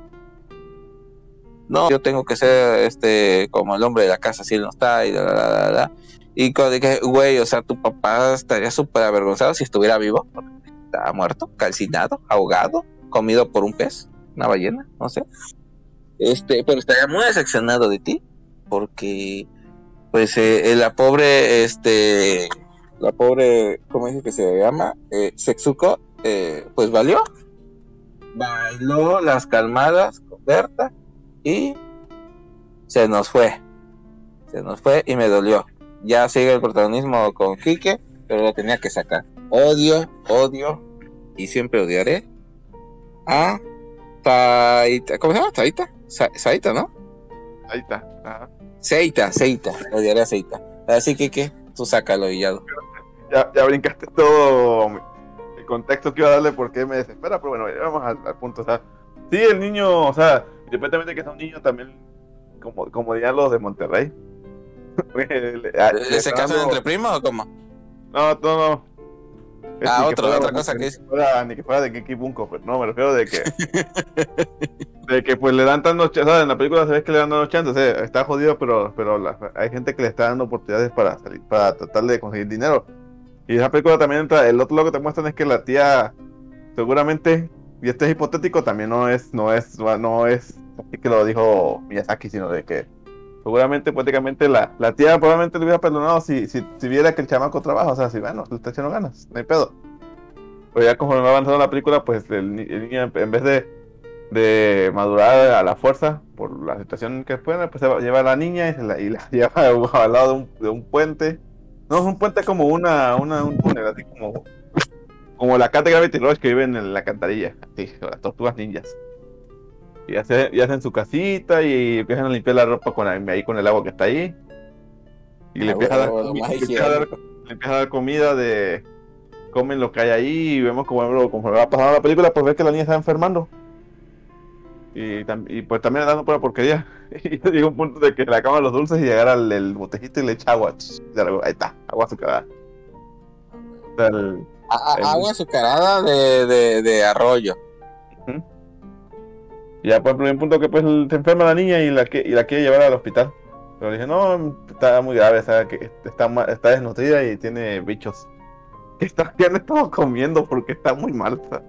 no, yo tengo que ser este como el hombre de la casa, si él no está, y la, la, la, la, la. Y cuando dije, güey, o sea, tu papá estaría súper avergonzado si estuviera vivo. Estaba muerto, calcinado, ahogado, comido por un pez, una ballena, no sé. Este, pero estaría muy decepcionado de ti, porque, pues, eh, la pobre, este, la pobre, ¿cómo dice que se llama? Eh, Setsuko, eh, pues valió. Bailó las calmadas con Berta y se nos fue. Se nos fue y me dolió. Ya sigue el protagonismo con Kike, pero lo tenía que sacar. Odio, odio y siempre odiaré a Taita. ¿Cómo se llama? Taita. Sa- Saita, ¿no? Ahí está. Ajá. Seita, Seita. Odiaré a Seita. Así que, ¿qué? Tú sácalo y ya. Ya, ya brincaste todo el contexto que iba a darle porque me desespera, pero bueno, vamos al, al punto. O sea, sí, el niño, o sea, independientemente de que sea un niño, también, como, como dirían los de Monterrey. le- le- le ¿Se está casan dando- entre primos o cómo? No, no, no. Es Ah, ni que otro, fuera- otra cosa ni que es. fuera- Ni que fuera de Kiki Bunko, pero no, me refiero de que. de que pues le dan tantos chances, ¿sabes? En la película se ve que le dan tantos chances, eh, está jodido, pero, pero la- hay gente que le está dando oportunidades para salir, para tratar de conseguir dinero. Y esa película también entra, el otro lado que te muestran es que la tía, seguramente, y este es hipotético, también no es, no es, no es, así que lo dijo Miyazaki, sino de que seguramente, prácticamente, la, la tía probablemente le hubiera perdonado si, si, si viera que el chamaco trabaja, o sea, si, bueno, le está echando ganas, no hay pedo. Pero ya conforme va avanzando la película, pues el, ni- el niño, en vez de, de madurar a la fuerza por la situación que puede, pues se va- lleva a la niña y, se la, y la lleva al lado de un, de un puente. No, es un puente como una, una un túnel, así como, como la Cat de Gravity Rush que viven en la alcantarilla, así, o las tortugas ninjas. Y, hace, y hacen su casita y empiezan a limpiar la ropa con, la- ahí con el agua que está ahí. Y le Ah, empieza a dar, bueno, comi- más le empieza a dar- higiénico. le empieza a dar comida de... Comen lo que hay ahí y vemos como, como va pasando la película, pues ves que la niña está enfermando. Y, tam- y pues también dando pura porquería. Y llega un punto de que le acaban los dulces y llegar al el botejito y le echa agua. Ch, y luego, ahí está, agua azucarada. O sea, el- A- a- el- agua azucarada de, de, de arroyo. Ujú. Y ya pues hay un punto que pues se enferma la niña y la, que, y la quiere llevar al hospital. Pero dije, no, está muy grave, o sea, que está, ma- está desnutrida y tiene bichos. Que, está, que han estado comiendo porque está muy mal. O sea.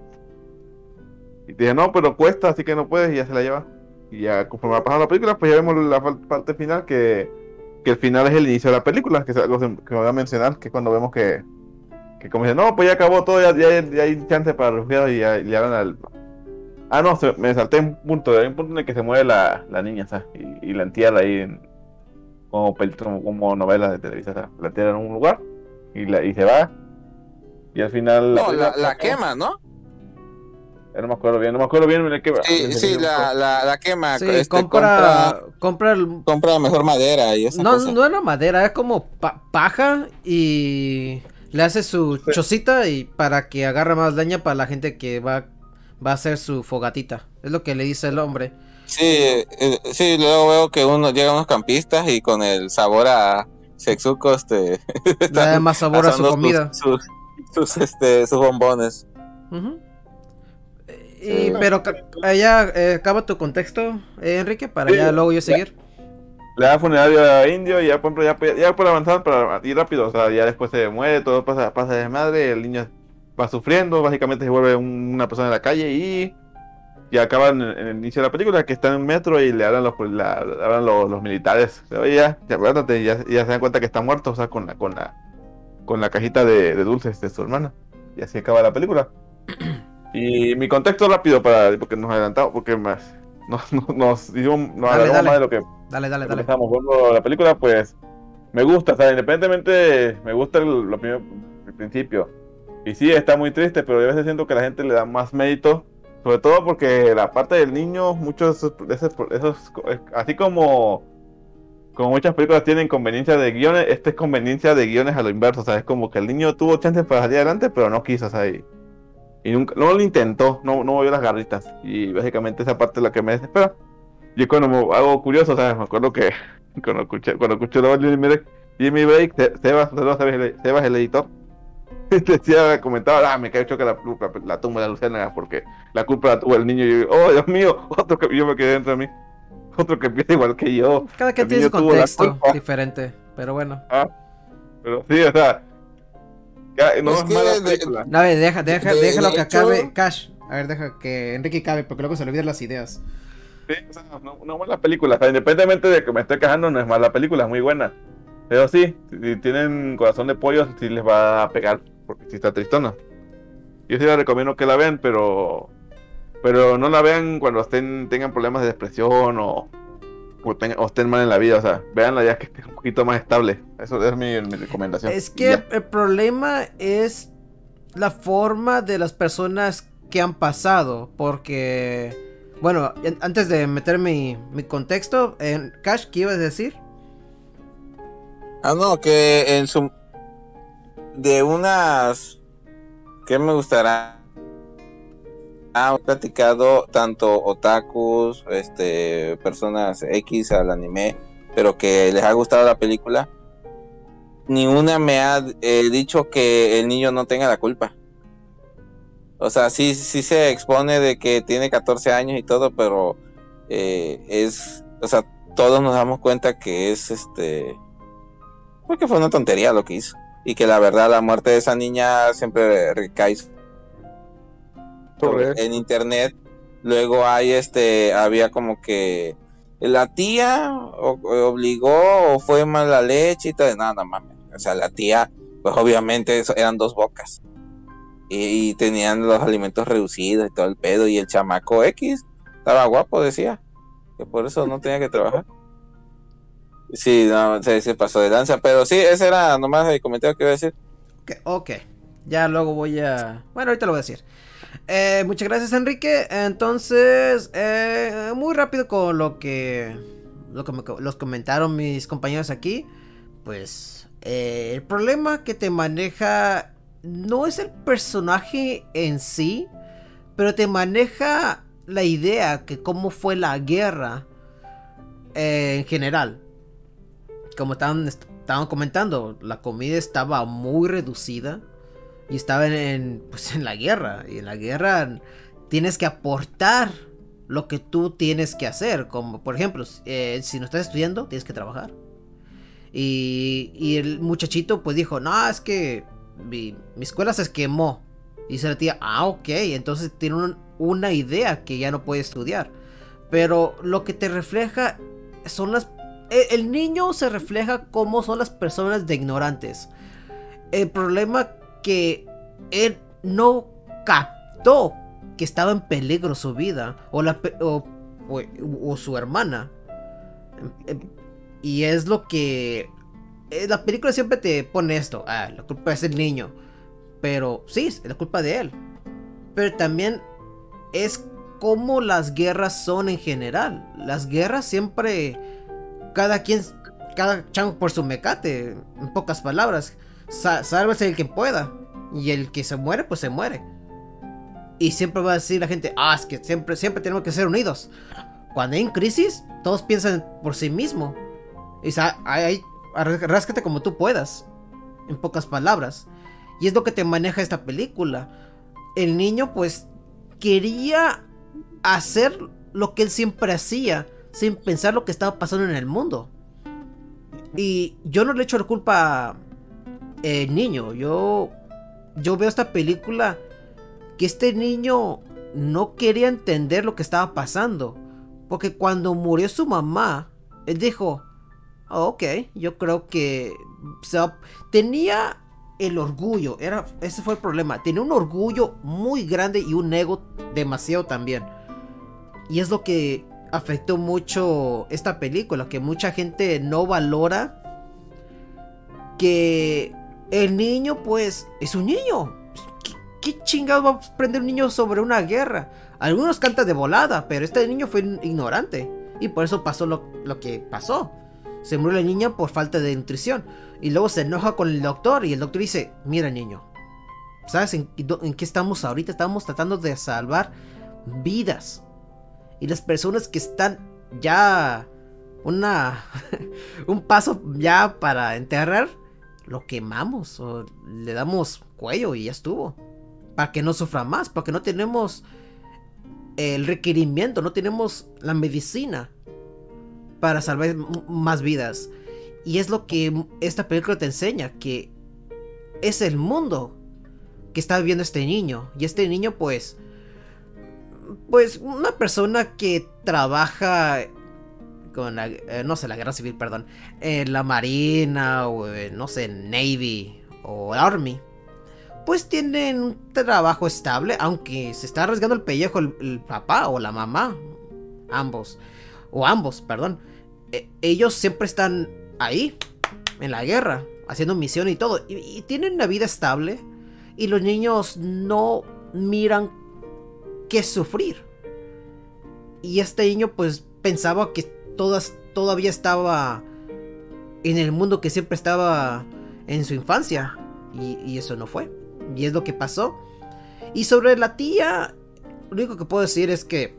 Y dije, no, pero cuesta, así que no puedes, y ya se la lleva. Y ya conforme va pasando la película, pues ya vemos la fal- parte final, que, que el final es el inicio de la película, que es algo que que me voy a mencionar, que es cuando vemos que, que como dicen, no, pues ya acabó todo, ya, ya, ya hay chance para refugiados y ya y le hablan al... Ah, no, se- me salté un punto, hay un punto en el que se mueve la, la niña, ¿sabes? Y, y la entierra ahí en, como, pel- como, como novelas de televisión, ¿sabes? La entierra en un lugar y, la, y se va. Y al final... No, película- la, la quema, ¿no? Ya no me acuerdo bien, no me acuerdo bien, mira que... Sí, sí, la, la, la quema. Sí, este, compra, compra, compra el... compra mejor madera y esa No, cosa. no era madera, es como pa- paja y le hace su Sí. chocita y para que agarre más leña para la gente que va, va a hacer su fogatita. Es lo que le dice el hombre. Sí, eh, sí, luego veo que uno llegan unos campistas y con el sabor a sexuco, este, Le da más sabor a su asando comida. Sus, sus, sus, este, sus bombones. Ujú. Y, pero ca- ya eh, acaba tu contexto, eh, Enrique, para Sí, ya luego yo seguir. Le da funerario indio y ya por, ejemplo, ya, ya por avanzar para ir rápido, o sea, ya después se muere, todo pasa, pasa de madre, el niño va sufriendo, básicamente se vuelve un- una persona en la calle y ya acaban en, en el inicio de la película que está en un metro y le hablan los, la- le hablan los, los militares, oye ya, ya acuérdate, ya, ya se dan cuenta que está muerto, o sea, con la, con la, con la cajita de, de dulces de su hermana, y así acaba la película. Y mi contexto rápido para, porque nos adelantamos, porque más, nos, nos, nos, hicimos- nos Dale, alargamos dale. más de lo que Dale, dale, dale. Empezamos viendo la película, pues me gusta, o sea, independientemente me gusta el, lo primero, el principio. Y sí, está muy triste, pero a veces siento que la gente le da más mérito, sobre todo porque la parte del niño, muchos de esos, esos, así como, como muchas películas tienen conveniencia de guiones, esta es conveniencia de guiones a lo inverso, o sea, es como que el niño tuvo chances para salir adelante, pero no quiso, o sea, y, y nunca, no lo intentó, no, no movió las garritas, y básicamente esa parte es la que me desespera. Yo cuando me- algo curioso, ¿sabes? Me acuerdo que cuando escuché, cuando escuché la voz de Jimmy Break, Jimmy Break, Se- Sebas, Sebas, Sebas, Sebas, el editor, decía, comentaba, ah, me cae choca la, la, la tumba de la Luciana porque la culpa la tuvo el niño. Y yo, oh, Dios mío, otro que yo me quedé dentro de mí, otro que piensa igual que yo. Cada quien El tiene su niño tuvo la contexto culpa. diferente, pero bueno. Ah, pero sí, o sea, ya, no Es es, que mala de- película. A ver, deja, deja, De- déjalo de que hecho- acabe Cash. A ver, deja que Enrique acabe, porque luego se le olvidan las ideas. Sí, o sea, no, no es mala película, o sea, independientemente de que me esté quejando, no es mala película, es muy buena. Pero sí, si tienen corazón de pollo, sí les va a pegar, porque sí está tristona. Yo sí les recomiendo que la vean, pero pero no la vean cuando estén tengan problemas de depresión o, o, tengan- o estén mal en la vida, o sea, véanla ya que esté un poquito más estable. Eso es mi, mi recomendación. Es Y que ya. el problema es la forma de las personas que han pasado, porque, bueno, en- antes de meter mi, mi contexto, en Cash, ¿qué ibas a decir? Ah, no, que en su... De unas... ¿Qué me gustará? Han platicado tanto otakus, este, personas X al anime, pero que les ha gustado la película. Ni una me ha eh, dicho que el niño no tenga la culpa. O sea, sí, sí se expone de que tiene catorce años y todo, pero eh, es, o sea, todos nos damos cuenta que es este, porque fue una tontería lo que hizo. Y que la verdad la muerte de esa niña siempre recae sobre, en internet. Luego hay este, había como que la tía o, obligó o fue mala leche y todo, nada, no, mames. O sea, la tía, pues obviamente eso, eran dos bocas. Y, y tenían los alimentos reducidos y todo el pedo. Y el chamaco X estaba guapo, decía. Que por eso no tenía que trabajar. Sí, no, se, se pasó de lanza. Pero sí, ese era nomás el comentario que iba a decir. Ok, ok. Ya luego voy a... Bueno, ahorita lo voy a decir. Eh, muchas gracias, Enrique. Entonces, eh, muy rápido con lo que... Lo que me, los comentaron mis compañeros aquí. Pues... Eh, el problema que te maneja... No es el personaje en sí, pero te maneja la idea que cómo fue la guerra eh, en general. Como estaban, estaban comentando, la comida estaba muy reducida y estaba en, en, pues en la guerra. Y en la guerra tienes que aportar lo que tú tienes que hacer. Como por ejemplo, eh, si no estás estudiando, tienes que trabajar. Y, y el muchachito pues dijo, no, es que Mi, mi escuela se quemó. Y dice la tía, ah, ok. Entonces tiene un, una idea que ya no puede estudiar. Pero lo que te refleja son las... El, el niño se refleja cómo son las personas de ignorantes. El problema que él no captó que estaba en peligro su vida. O, la, o, o, o su hermana. Y es lo que... La película siempre te pone esto. Ah, la culpa es el niño. Pero sí, es la culpa de él. Pero también es como las guerras son en general. Las guerras siempre... Cada quien... Cada chango por su mecate. En pocas palabras. Sa- sálvese el que pueda. Y el que se muere, pues se muere. Y siempre va a decir la gente... Ah, es que siempre, siempre tenemos que ser unidos. Cuando hay crisis, todos piensan por sí mismos. Y sa- hay... hay ráscate como tú puedas, en pocas palabras. Y es lo que te maneja esta película. El niño pues quería hacer lo que él siempre hacía, sin pensar lo que estaba pasando en el mundo. Y yo no le echo la culpa al niño. Yo Yo veo esta película que este niño no quería entender lo que estaba pasando. Porque cuando murió su mamá, él dijo... Oh, ok, yo creo que o sea, tenía el orgullo, era, ese fue el problema, tenía un orgullo muy grande y un ego demasiado también. Y es lo que afectó mucho esta película, que mucha gente no valora que el niño pues es un niño. ¿Qué, qué chingado va a aprender un niño sobre una guerra? Algunos cantan de volada, pero este niño fue ignorante y por eso pasó lo, lo que pasó. Se murió la niña por falta de nutrición. Y luego se enoja con el doctor. Y el doctor dice, mira niño, ¿sabes en, en qué estamos ahorita? Estamos tratando de salvar vidas. Y las personas que están ya una un paso ya para enterrar, lo quemamos o le damos cuello y ya estuvo. Para que no sufra más. Porque no tenemos el requerimiento, no tenemos la medicina para salvar más vidas. Y es lo que esta película te enseña, que es el mundo que está viviendo este niño. Y este niño pues Pues una persona que trabaja con la, eh, no sé, la guerra civil, perdón, en la marina o eh, no sé, Navy o Army, pues tienen un trabajo estable, aunque se está arriesgando el pellejo el, el papá o la mamá, ambos, o ambos, perdón. Eh, ellos siempre están ahí, en la guerra, haciendo misión y todo, y, y tienen una vida estable, y los niños no miran qué sufrir. Y este niño pues pensaba que todas, todavía estaba en el mundo que siempre estaba en su infancia, y, y eso no fue. Y es lo que pasó. Y sobre la tía, lo único que puedo decir es que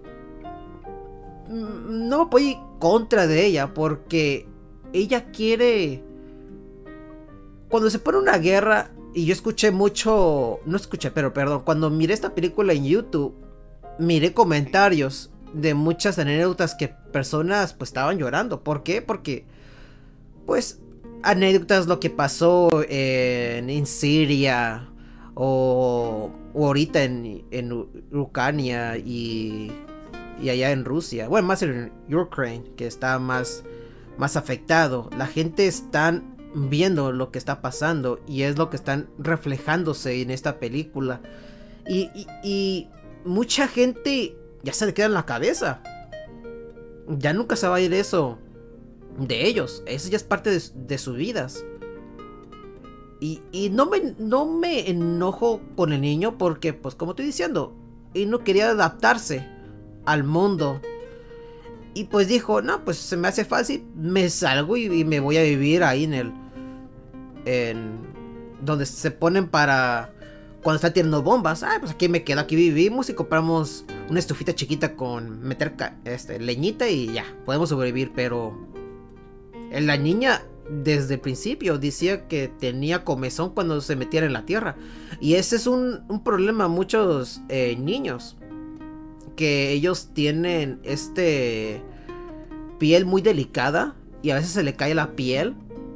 no me puedo ir contra de ella, porque ella quiere... Cuando se pone una guerra, y yo escuché mucho, no escuché, pero perdón, cuando miré esta película en YouTube, miré comentarios de muchas anécdotas que personas pues estaban llorando. ¿Por qué? Porque pues anécdotas lo que pasó en, en Siria o, o ahorita en, en Ucrania y, y allá en Rusia, bueno, más en Ucrania, que está más, más afectado. La gente está viendo lo que está pasando y es lo que están reflejándose en esta película, y, y, y mucha gente ya se le queda en la cabeza, ya nunca se va a ir eso de ellos, eso ya es parte de, de sus vidas. Y, y no, me, no me enojo con el niño porque, pues como estoy diciendo, él no quería adaptarse al mundo. Y pues dijo, no, pues se me hace fácil, me salgo y, y me voy a vivir ahí en el... En... donde se ponen para... Cuando están tirando bombas. Ah, pues aquí me quedo, aquí vivimos y compramos una estufita chiquita con meter este, leñita y ya, podemos sobrevivir. Pero... La niña desde el principio decía que tenía comezón cuando se metiera en la tierra. Y ese es un, un problema a muchos eh, niños. Que ellos tienen este piel muy delicada y a veces se le cae la piel.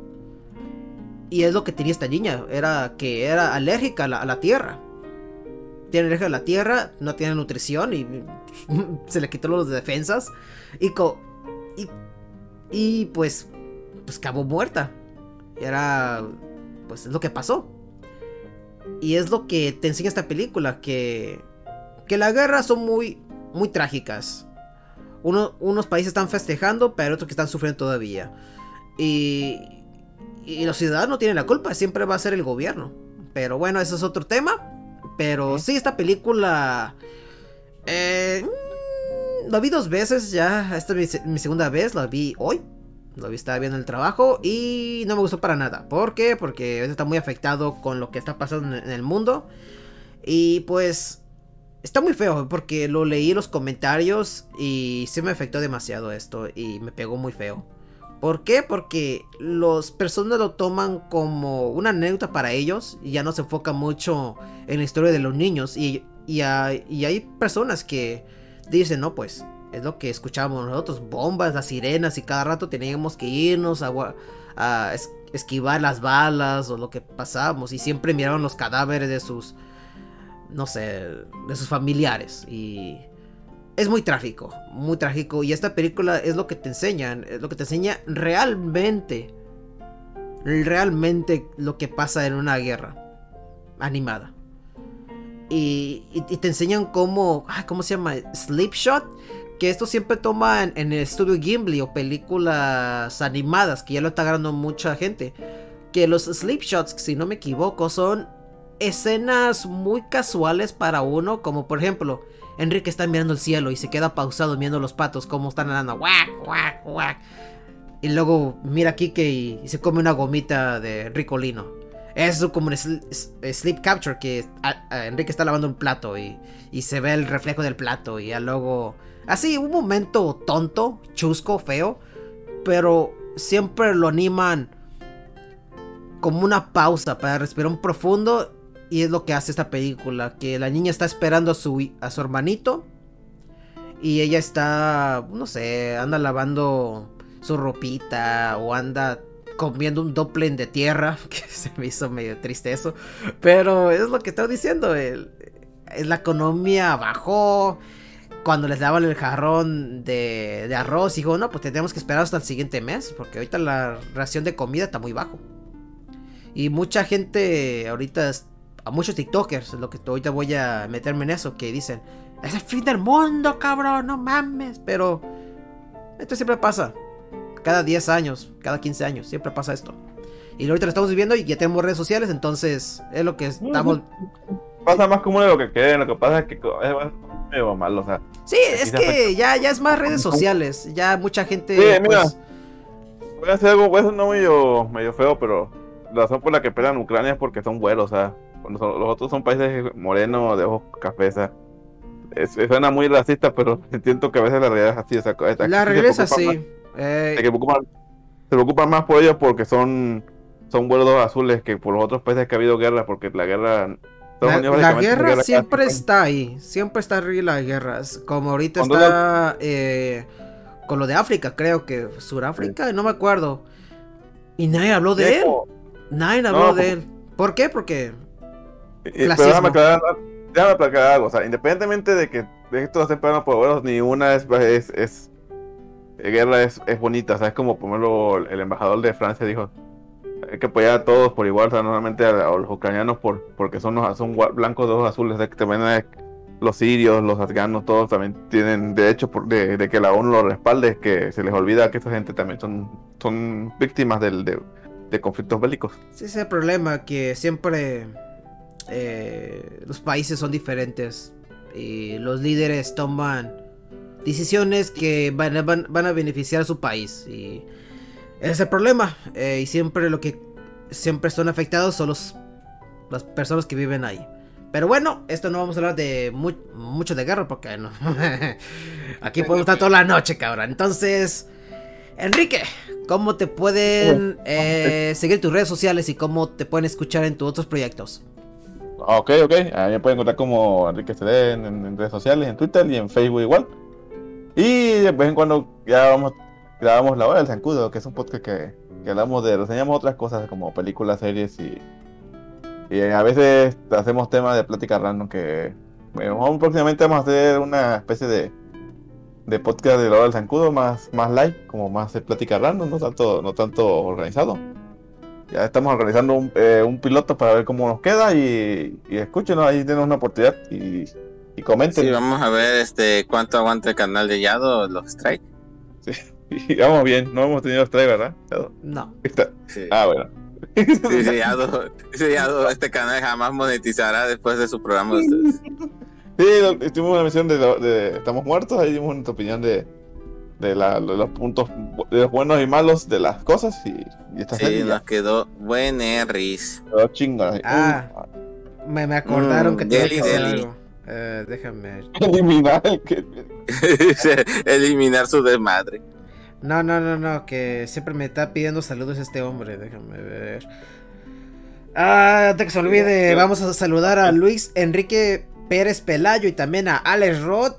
Y es lo que tenía esta niña, era que era alérgica a la, a la tierra. Tiene alergia a la tierra, no tiene nutrición y se le quitó las defensas. Y, co y, y pues, pues acabó muerta. Era, pues es lo que pasó. Y es lo que te enseña esta película, que, que las guerras son muy... muy trágicas. Uno, unos países están festejando, pero otros que están sufriendo todavía. Y, y los ciudadanos no tienen la culpa, siempre va a ser el gobierno. Pero bueno, eso es otro tema. Pero sí, esta película... Eh, la vi dos veces ya. Esta es mi, mi segunda vez, la vi hoy. La vi, estaba viendo el trabajo y no me gustó para nada. ¿Por qué? Porque está muy afectado con lo que está pasando en el mundo. Y pues... Está muy feo porque lo leí en los comentarios y sí me afectó demasiado esto y me pegó muy feo. ¿Por qué? Porque las personas lo toman como una anécdota para ellos y ya no se enfoca mucho en la historia de los niños. Y, y, hay, y hay personas que dicen, no, pues es lo que escuchábamos nosotros, bombas, las sirenas, y cada rato teníamos que irnos a, a es, esquivar las balas o lo que pasábamos, y siempre miraban los cadáveres de sus... no sé, de sus familiares. Y es muy trágico, muy trágico. Y esta película es lo que te enseñan, es lo que te enseña realmente, realmente lo que pasa en una guerra animada. Y, y, y te enseñan cómo, ay, ¿cómo se llama? Slipshot, que esto siempre toma en, en el estudio Ghibli o películas animadas, que ya lo está agarrando mucha gente. Que los slipshots, si no me equivoco, son escenas muy casuales para uno, como por ejemplo, Enrique está mirando el cielo y se queda pausado viendo los patos como están nadando, guac, guac, guac. Y luego mira a Kike y, y se come una gomita de Ricolino. Eso como un sl sleep capture, que a, a Enrique está lavando un plato y, y se ve el reflejo del plato, y ya luego así, un momento tonto, chusco, feo, pero siempre lo animan como una pausa para respirar un profundo. Y es lo que hace esta película, que la niña está esperando a su, a su hermanito. Y ella está, no sé, anda lavando su ropita o anda comiendo un dumpling de tierra, que se me hizo medio triste eso. Pero es lo que estaba diciendo, el, el, la economía bajó. Cuando les daban el jarrón de, de arroz, dijo, no, pues tenemos que esperar hasta el siguiente mes, porque ahorita la ración de comida está muy bajo. Y mucha gente ahorita... A muchos tiktokers, lo que ahorita voy a meterme en eso, que dicen, es el fin del mundo, cabrón, no mames. Pero esto siempre pasa. Cada diez años, cada quince años, siempre pasa esto. Y ahorita lo estamos viviendo y ya tenemos redes sociales, entonces es lo que estamos... Pasa más común de lo que creen, lo que pasa es que es medio mal, o sea... Sí, es que ya, ya es más redes sociales, ya mucha gente... Sí, mira, pues... voy a hacer algo, voy a hacer no medio, medio feo, pero la razón por la que pelean Ucrania es porque son güeros, o sea... Cuando son, los otros son países morenos, de ojos cafés. Es, suena muy racista, pero siento que a veces la realidad es así. O sea, la realidad es así. Eh... Se, preocupan, se preocupan más por ellos porque son son vuelos azules que por los otros países que ha habido guerra, porque la guerra... La, Unidos, la básicamente, guerra guerra siempre cada- está ahí, siempre está ahí la guerra. Es como ahorita Cuando está eh, con lo de África, creo que Suráfrica, no me acuerdo. Y nadie habló de Sí, él, como- nadie habló No, de como- él. ¿Por qué? Porque Eh, Pero Clasismo. déjame aclarar, déjame aclarar algo, o sea, independientemente de que de esto estén pegando por vuelos, ni una es, es, es eh, guerra es, es bonita, o sea, es como por ejemplo el embajador de Francia dijo, hay que apoyar a todos por igual, o sea, normalmente a, a los ucranianos por, porque son, los- son gua- blancos de ojos azules, o sea, que también hay- los sirios, los afganos, todos también tienen derecho por, de, de que la ONU los respalde, que se les olvida que esta gente también son, son víctimas del, de, de conflictos bélicos. ese es el problema, que siempre eh, los países son diferentes y los líderes toman decisiones que van a, van, van a beneficiar a su país, y ese es el problema. Eh, y siempre lo que siempre son afectados son los, las personas que viven ahí. Pero bueno, esto no vamos a hablar de mu mucho de guerra porque no. Aquí podemos estar toda la noche, cabrón. Entonces, Enrique, ¿cómo te pueden eh, seguir tus redes sociales y cómo te pueden escuchar en tus otros proyectos? Ok, ok. A mí me pueden encontrar como Enrique C D en, en- en redes sociales, en Twitter y en Facebook igual. Y de vez en cuando grabamos, grabamos La Hora del Zancudo, que es un podcast que, que hablamos de, reseñamos otras cosas como películas, series y, y a veces hacemos temas de plática random que, bueno, vamos- próximamente vamos a hacer una especie de, de podcast de La Hora del Zancudo más, más light, como más de plática random, no tanto, no tanto organizado. Ya estamos organizando un, eh, un piloto para ver cómo nos queda y, y escúchenos, ahí tenemos una oportunidad y, y comenten. Sí, vamos a ver este cuánto aguanta el canal de Yado, los strikes. Y vamos bien, no hemos tenido strike, ¿verdad? Yado? No. Está- Sí. Ah, bueno. Sí, sí, Yado, sí, Yado, este canal jamás monetizará después de su programa de ustedes. Sí, lo- tuvimos una misión de, lo- de Estamos Muertos, ahí dimos nuestra opinión de, de, la- de los puntos, bu- de los buenos y malos de las cosas y, y esta Sí, serie nos ya quedó buen Erris. quedó chingona. Ah. Me, me acordaron Mm, que tenía deli, que hacer deli. algo. Eh, déjame. Eliminar el que... Eliminar su desmadre. No, no, no, no, que siempre me está pidiendo saludos este hombre. Déjame ver. Ah, antes que se olvide, vamos a saludar a Luis Enrique Pérez Pelayo y también a Alex Roth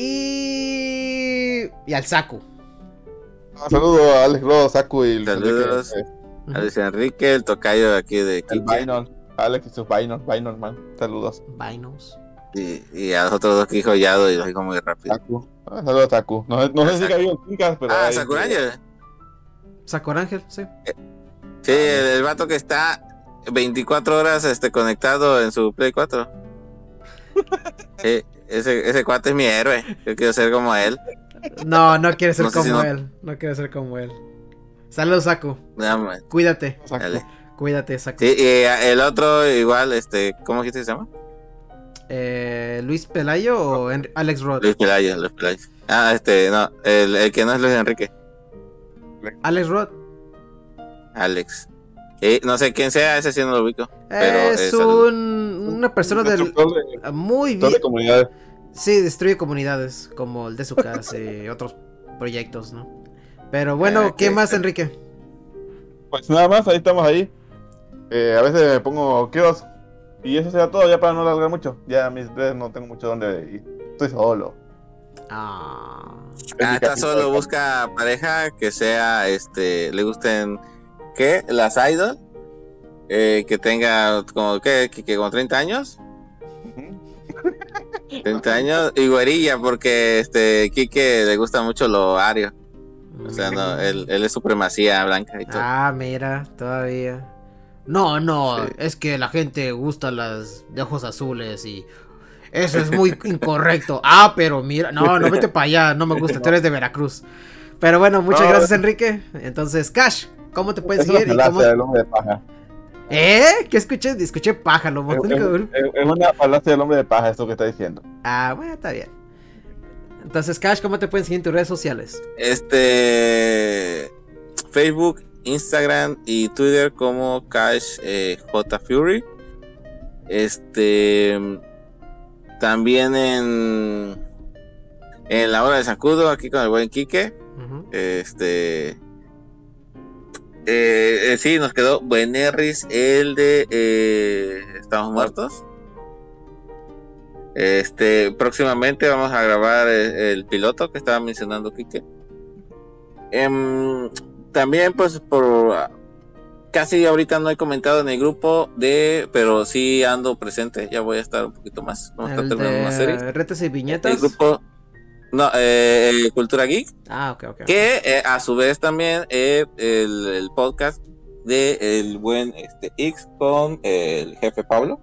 y. y al Saku. Un saludo a Alex Rodo, Saku y Saludos. Enrique, A Luis Enrique, el tocayo de aquí de el Kike. Bynum, Alex y sus Bynum, Bynum, man. Saludos. Vinos. Y, y a los otros dos que dijo Yado y los dijo muy rápido. Saku. Ah, saludos a Saku. No, sé- no sé si Saku. cayó en Kikas, pero. Ah, ahí- Sakurangel. Sakurángel, sí. Sí, el, el vato que está veinticuatro horas este, conectado en su Play cuatro. Sí, ese, ese cuate es mi héroe. Yo quiero ser como él. No, no quiere ser No sé como si no- él. No quiere ser como él. Saludos, Saku. No, man, Cuídate. Saku. dale. Cuídate, Saku. Sí, y eh, el otro igual, este, ¿cómo dijiste que se llama? Eh, ¿Luis Pelayo o Henry- Alex Roth? Luis Pelayo, Luis Pelayo. Ah, este, no, el, el que no es Luis Enrique, Alex Roth. Alex. Sí, no sé quién sea, ese sí no lo ubico. Pero, Es eh, saludos. un, una persona del. Destructor de- Muy destructor bien. de comunidades. Sí, destruye comunidades como el de su casa y otros proyectos, ¿no? Pero bueno, Ah, ¿qué ok. más, Enrique? Pues nada más, ahí estamos ahí. Eh, a veces me pongo kiosco. Y eso será todo, ya para no alargar mucho. Ya mis redes no tengo mucho donde ir. Estoy solo. Ah, Ah, está solo, busca pareja que sea, este, le gusten, ¿qué? Las idol, eh, que tenga como, ¿qué? Que, que como treinta años, Ujú. treinta años, y güerilla, porque, este, Kike le gusta mucho lo ario, o sea, no, él, él es supremacía blanca y todo. ah, mira, todavía. No, no, Sí. es que la gente gusta las de ojos azules y eso es muy incorrecto. Ah, pero mira, no, no vete para allá, no me gusta, tú eres de Veracruz. Pero bueno, muchas No, gracias, Enrique. Entonces, Cash, ¿cómo te puedes Es una seguir? y cómo... falacia del hombre de paja. ¿Eh? ¿Qué escuché? Escuché paja, lo Es, único- es- es- es una falacia del hombre de paja, eso que está diciendo. Ah, bueno, está bien. Entonces, Cash, ¿cómo te pueden seguir en tus redes sociales? Este, Facebook, Instagram y Twitter como Cash eh, J Fury. Este, también en en la hora de sacudo aquí con el buen Quique. Ujú. Este, Eh, eh, sí, nos quedó Buenerris, el de eh, Estamos Muertos. Este, próximamente vamos a grabar el, el piloto que estaba mencionando Quique. Em, también, pues, por casi ahorita no he comentado en el grupo de, pero sí ando presente. Ya voy a estar un poquito más. Vamos a estar El terminando una serie. de retas y viñetas. El grupo, no, eh, el Cultura Geek. Ah, ok, ok. Que eh, a su vez también eh, el, el podcast de el buen este, X con el jefe Pablo.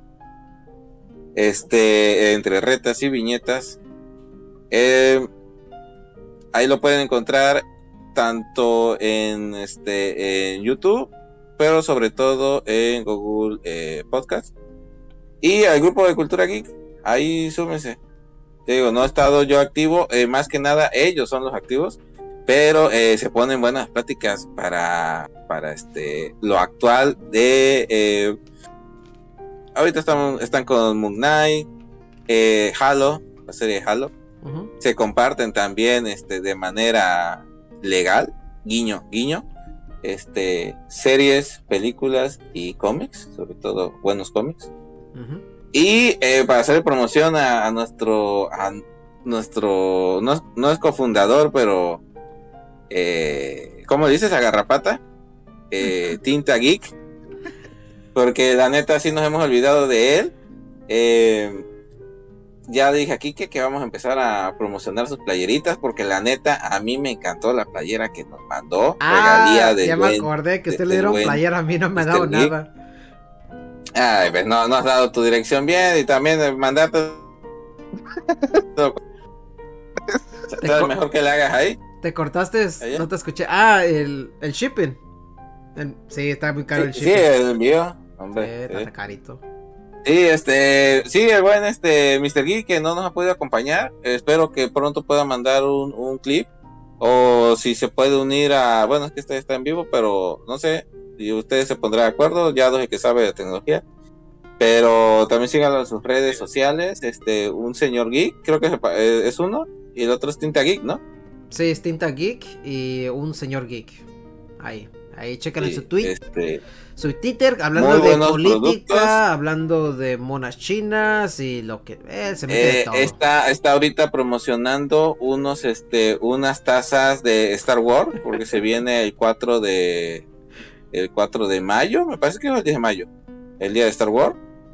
Este, entre retas y viñetas. Eh, ahí lo pueden encontrar tanto en este en YouTube, pero sobre todo en Google eh, Podcast. Y al grupo de Cultura Geek, ahí súmense. Te digo, no he estado yo activo, eh, más que nada ellos son los activos, pero eh, se ponen buenas pláticas para, para este lo actual de eh, ahorita están, están con Moon Knight, eh, Halo, la serie de Halo. Uh-huh. Se comparten también este, de manera legal, guiño, guiño, este, series, películas y cómics, sobre todo buenos cómics. Uh-huh. Y eh, para hacer promoción a, a nuestro, a nuestro, no, no es cofundador, pero, eh, ¿cómo dices? A Garrapata, eh, Tinta Geek. Porque la neta sí nos hemos olvidado de él. Eh, ya dije aquí que, que vamos a empezar a promocionar sus playeritas. Porque la neta a mí me encantó la playera que nos mandó. Ah, regalía de ya buen, me acordé que de, usted le dieron buen, playera. A mí no me ha dado Geek. nada. Ay, pues no, no has dado tu dirección bien. Y también mandarte. ¿Sabes mejor que le hagas ahí? ¿Te cortaste? ¿Allá? No te escuché. Ah, el, el shipping. El, sí, está muy caro Sí, el shipping. sí, el envío. Hombre, sí, sí. está carito. Sí, este, sí, el buen este mister Geek que no nos ha podido acompañar. Espero que pronto pueda mandar un, un clip. O si se puede unir a, bueno, es que este está en vivo, pero no sé, y ustedes se pondrán de acuerdo, ya dos que sabe de tecnología. Pero también síganlo en sus redes sociales, este, un señor Geek, creo que es uno, y el otro es Tinta Geek, ¿no? Sí, es Tinta Geek y un señor Geek. Ahí, ahí chequen Sí, su tweet. Este, su Twitter, hablando muy de buenos política, productos. hablando de monas chinas y lo que él se mete eh, de todo. está, está ahorita promocionando unos, este, unas tazas de Star Wars, porque se viene el cuatro de, el cuatro de mayo, me parece que es el diez de mayo, el día de Star Wars.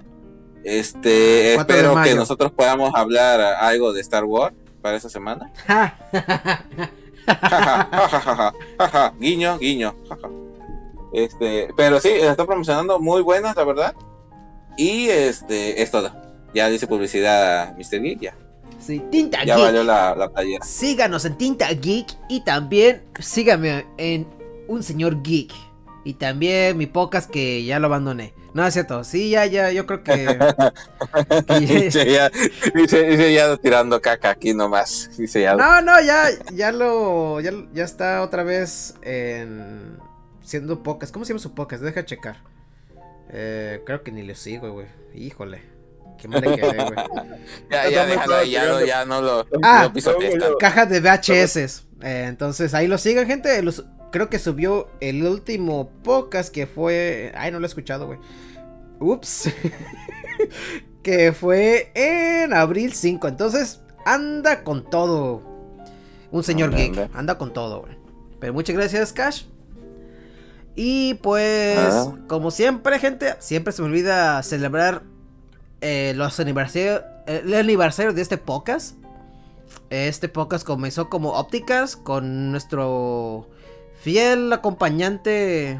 Este, cuatro de espero mayo. que nosotros podamos hablar algo de Star Wars para esa semana. Ja, ja, ja, ja, ja, ja, ja. Guiño, guiño. Ja, ja. Este, pero sí, la está promocionando muy buenas, la verdad. Y este, es todo. Ya dice publicidad a mister Geek, ya. Sí, Tinta Ya Geek. valió la, la playera. Síganos en Tinta Geek y también síganme en Un Señor Geek. Y también mi podcast que ya lo abandoné. No, es cierto, sí, ya, ya, yo creo que... que dice, ya, dice, dice ya tirando caca aquí nomás. Dice ya. No, no, ya, ya lo, ya, ya está otra vez en... siendo podcast. ¿Cómo se llama su podcast? Deja checar. Eh, creo que ni lo sigo, güey. Híjole. Qué mal le quedé, güey. ya, ya, déjalo ahí, ya, no, ya no lo, Ah, lo pisotees tanto. Cajas de V H S. Eh, entonces ahí lo sigan, gente. Los, creo que subió el último podcast que fue... Ay, no lo he escuchado, güey. Ups. Que fue en abril cinco. Entonces, anda con todo. Un señor Anda, geek. anda. Anda con todo, güey. Pero muchas gracias, Cash. Y pues, Ah. como siempre, gente, siempre se me olvida celebrar eh, los aniversarios, el aniversario de este podcast. Este podcast comenzó como Ópticas con nuestro fiel acompañante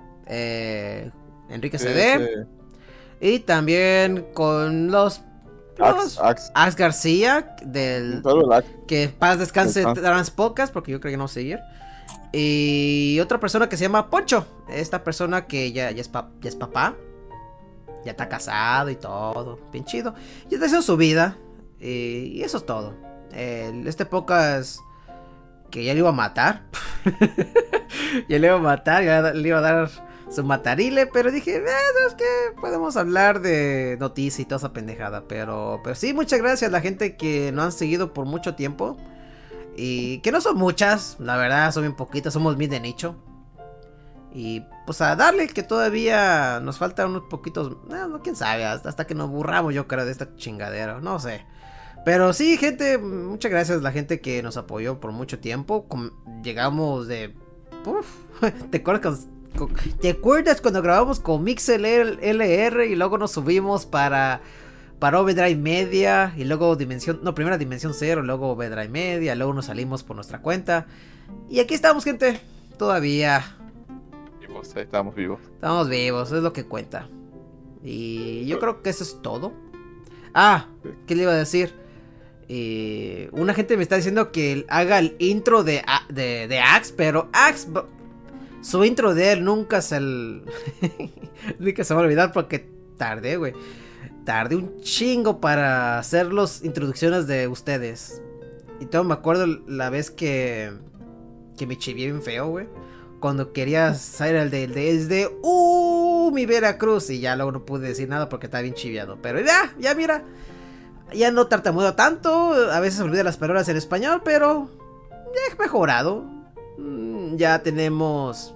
eh, Enrique C D. Sí, sí. Y también con los, los Ax, Ax. Ax García del Todo el Ax. que paz descanse Ajá. Trans Podcast, porque yo creo que no seguir. Y otra persona que se llama Poncho. Esta persona que ya, ya, es, pa- ya es papá. Ya está casado y todo. Bien chido. Y está haciendo su vida. Y, y eso es todo. El- este podcast que ya le iba a matar. Ya le iba a matar. Ya le iba a dar su matarile. Pero dije, eh, ¿sabes qué? Podemos hablar de noticias y toda esa pendejada. Pero, pero sí, muchas gracias a la gente que nos han seguido por mucho tiempo. Y que no son muchas, la verdad, son bien poquitas, somos bien de nicho. Y pues a darle, que todavía nos faltan unos poquitos, no, no quién sabe, hasta, hasta que nos burramos yo creo de esta chingadera, no sé. Pero sí, gente, muchas gracias a la gente que nos apoyó por mucho tiempo. Com- llegamos de... Uf, ¿te acuerdas, con- ¿Te acuerdas cuando grabamos con Mixel L R y luego nos subimos para... Para Overdrive Media y luego Dimensión... No, primero Dimensión Cero, luego Overdrive Media, luego nos salimos por nuestra cuenta. Y aquí estamos, gente, todavía... Vivos, ahí estamos vivos. Estamos vivos, es lo que cuenta. Y yo creo que eso es todo. Ah, ¿qué le iba a decir? Eh, una gente me está diciendo que haga el intro de, A- de, de Axe, pero Axe, b- su intro de él nunca se el... nunca se va a olvidar porque tardé, güey. Tardé un chingo para hacer las introducciones de ustedes. Y todo me acuerdo la vez que... Que me chivié bien feo, güey. Cuando quería salir el de, el de desde uh, mi Veracruz. Y ya luego no pude decir nada porque estaba bien chiviado. Pero ya, ya mira. Ya no tartamudeo tanto. A veces olvido las palabras en español. Pero ya he mejorado. Mm, Ya tenemos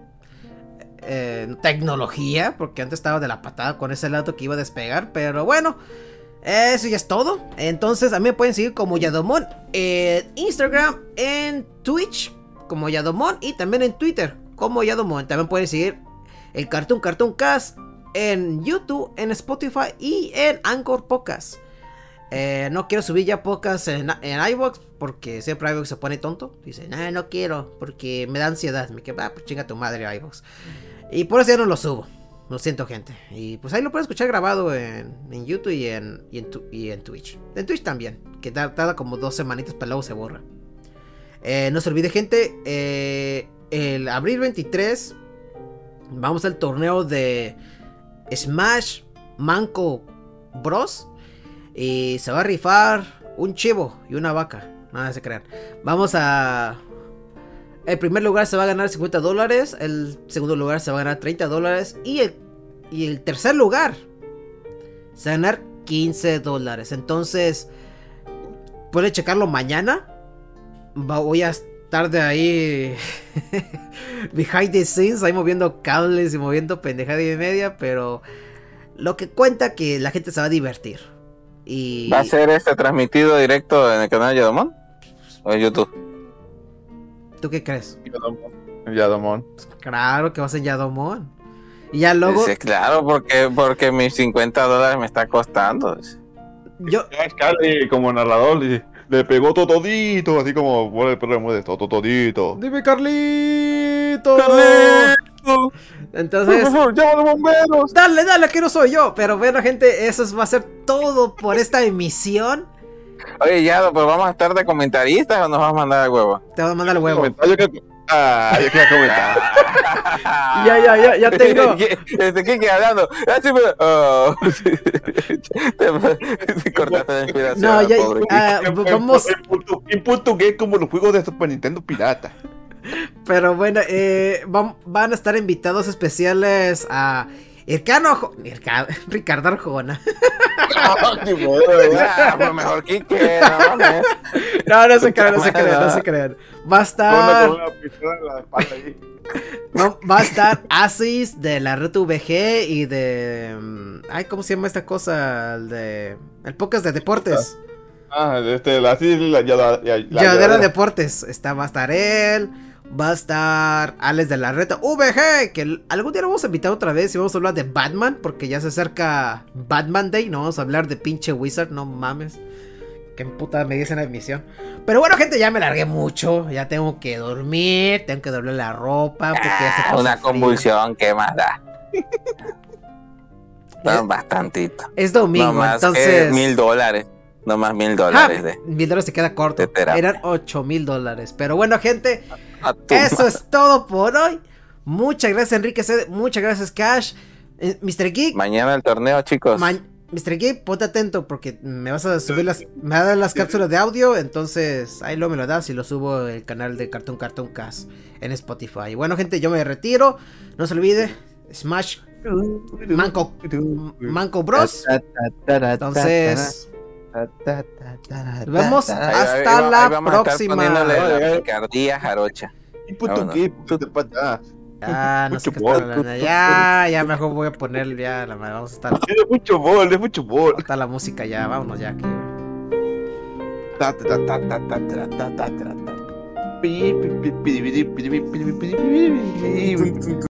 eh, tecnología. Porque antes estaba de la patada con ese lado que iba a despegar. Pero bueno, eso ya es todo. Entonces a mí me pueden seguir como Yadomon en Instagram, en Twitch como Yadomon y también en Twitter como Yadomon. También pueden seguir el Cartoon Cartoon Cast en YouTube, en Spotify y en Anchor Podcast. Eh, no quiero subir ya podcast en, en iVoox porque siempre iVoox se pone tonto. Dice, no, no quiero porque me da ansiedad. Me queda, ah, pues chinga tu madre iVoox. Y por eso ya no lo subo. Lo siento, gente. Y pues ahí lo pueden escuchar grabado en, en YouTube y en, y, en tu, y en Twitch. En Twitch también, que tarda como dos semanitas para luego se borra. Eh, no se olvide, gente, eh, el abril veintitrés vamos al torneo de Smash Manco Bros. Y se va a rifar un chivo y una vaca. Nada se crean. Vamos a... El primer lugar se va a ganar cincuenta dólares. El segundo lugar se va a ganar treinta dólares. Y el, y el tercer lugar se va a ganar quince dólares. Entonces, puede checarlo mañana. Va, voy a estar de ahí behind the scenes, ahí moviendo cables y moviendo pendejada y media. Pero lo que cuenta que la gente se va a divertir. Y... ¿Va a ser este transmitido directo en el canal de Yadomon? ¿O en YouTube? ¿Tú qué crees? Yadomon. Yadomon. Claro que va a ser Yadomon. Y ya luego... Dice, claro, porque, porque mis cincuenta dólares me está costando. Yo... Cali como narrador y le pegó totodito, así como bueno, el perro de totodito. Dime, Carlito. Entonces, ¡Llama a los bomberos! dale, dale, que no soy yo. Pero bueno, gente, eso va a ser todo por esta emisión. Oye, ya, pero vamos a estar de comentaristas o nos vamos a mandar al huevo. Te voy a mandar el huevo. Yo quiero- Ah, yo quería comentar. Ya, ya, ya, ya tengo. ¿Desde qué queda hablando? Ah, sí, pero... oh. Te cortaste la inspiración. No, ya, pobre. ah, vamos. En punto- En punto que es como los juegos de Super Nintendo pirata. Pero bueno, eh, van, van a estar invitados especiales a Ircano, Jo- Irca- Ricardo Arjona. Ya, pues mejor Kike, no mames. No, no se crean, no se crean, no se crean. Va a estar, Con una pistola en la espalda ahí. no, va a estar Asis de la Red V G y de, mm, ay, ¿cómo se llama esta cosa? El de, el podcast de deportes. Ah, este, la, sí, la, ya, la, ya, la Lladera lladera. Deportes. Está, va a estar él. Va a estar Alex de la Reta V G. Que el- algún día lo vamos a invitar otra vez. Y vamos a hablar de Batman. Porque ya se acerca Batman Day. No vamos a hablar de pinche Wizard. No mames. Qué puta me dicen la emisión. Pero bueno, gente, ya me largué mucho. Ya tengo que dormir. Tengo que doblar la ropa. Porque ya se Ah, puso una frío. convulsión, ¿qué más da? No, bastantito. Es domingo. No más entonces. que mil dólares. No más mil Ah, dólares de, mil dólares se queda corto. de terapia. Eran ocho mil dólares. Pero bueno, gente. A tu Eso madre. es todo por hoy. Muchas gracias, Enrique C. Muchas gracias, Cash. Eh, mister Geek. Mañana el torneo, chicos. ma- mister Geek, ponte atento porque me vas a subir las. Me va a dar las cápsulas de audio. Entonces, ahí lo me lo das y lo subo el canal de Cartoon Cartoon Cast en Spotify. Bueno, gente, yo me retiro. No se olvide. Smash Manco, Manco Bros. Entonces, nos vemos Ahí- ahí- hasta ahí la vamos a estar próxima. poniéndole la picardía jarocha. Y punto Vámonos. que, puto, te pata. Ah, no sé Mucho qué está bol. hablando. Ya, ya mejor voy a poner ya la madre. Vamos a estar. Es mucho bol, es mucho bol. Está la música ya, vámonos ya aquí. Ta, ta, ta, ta, ta, ta, ta, ta, ta, ta. Pi, pi, pi, pi, pi, pi, pi, pi, pi, pi, pi, pi, pi, pi.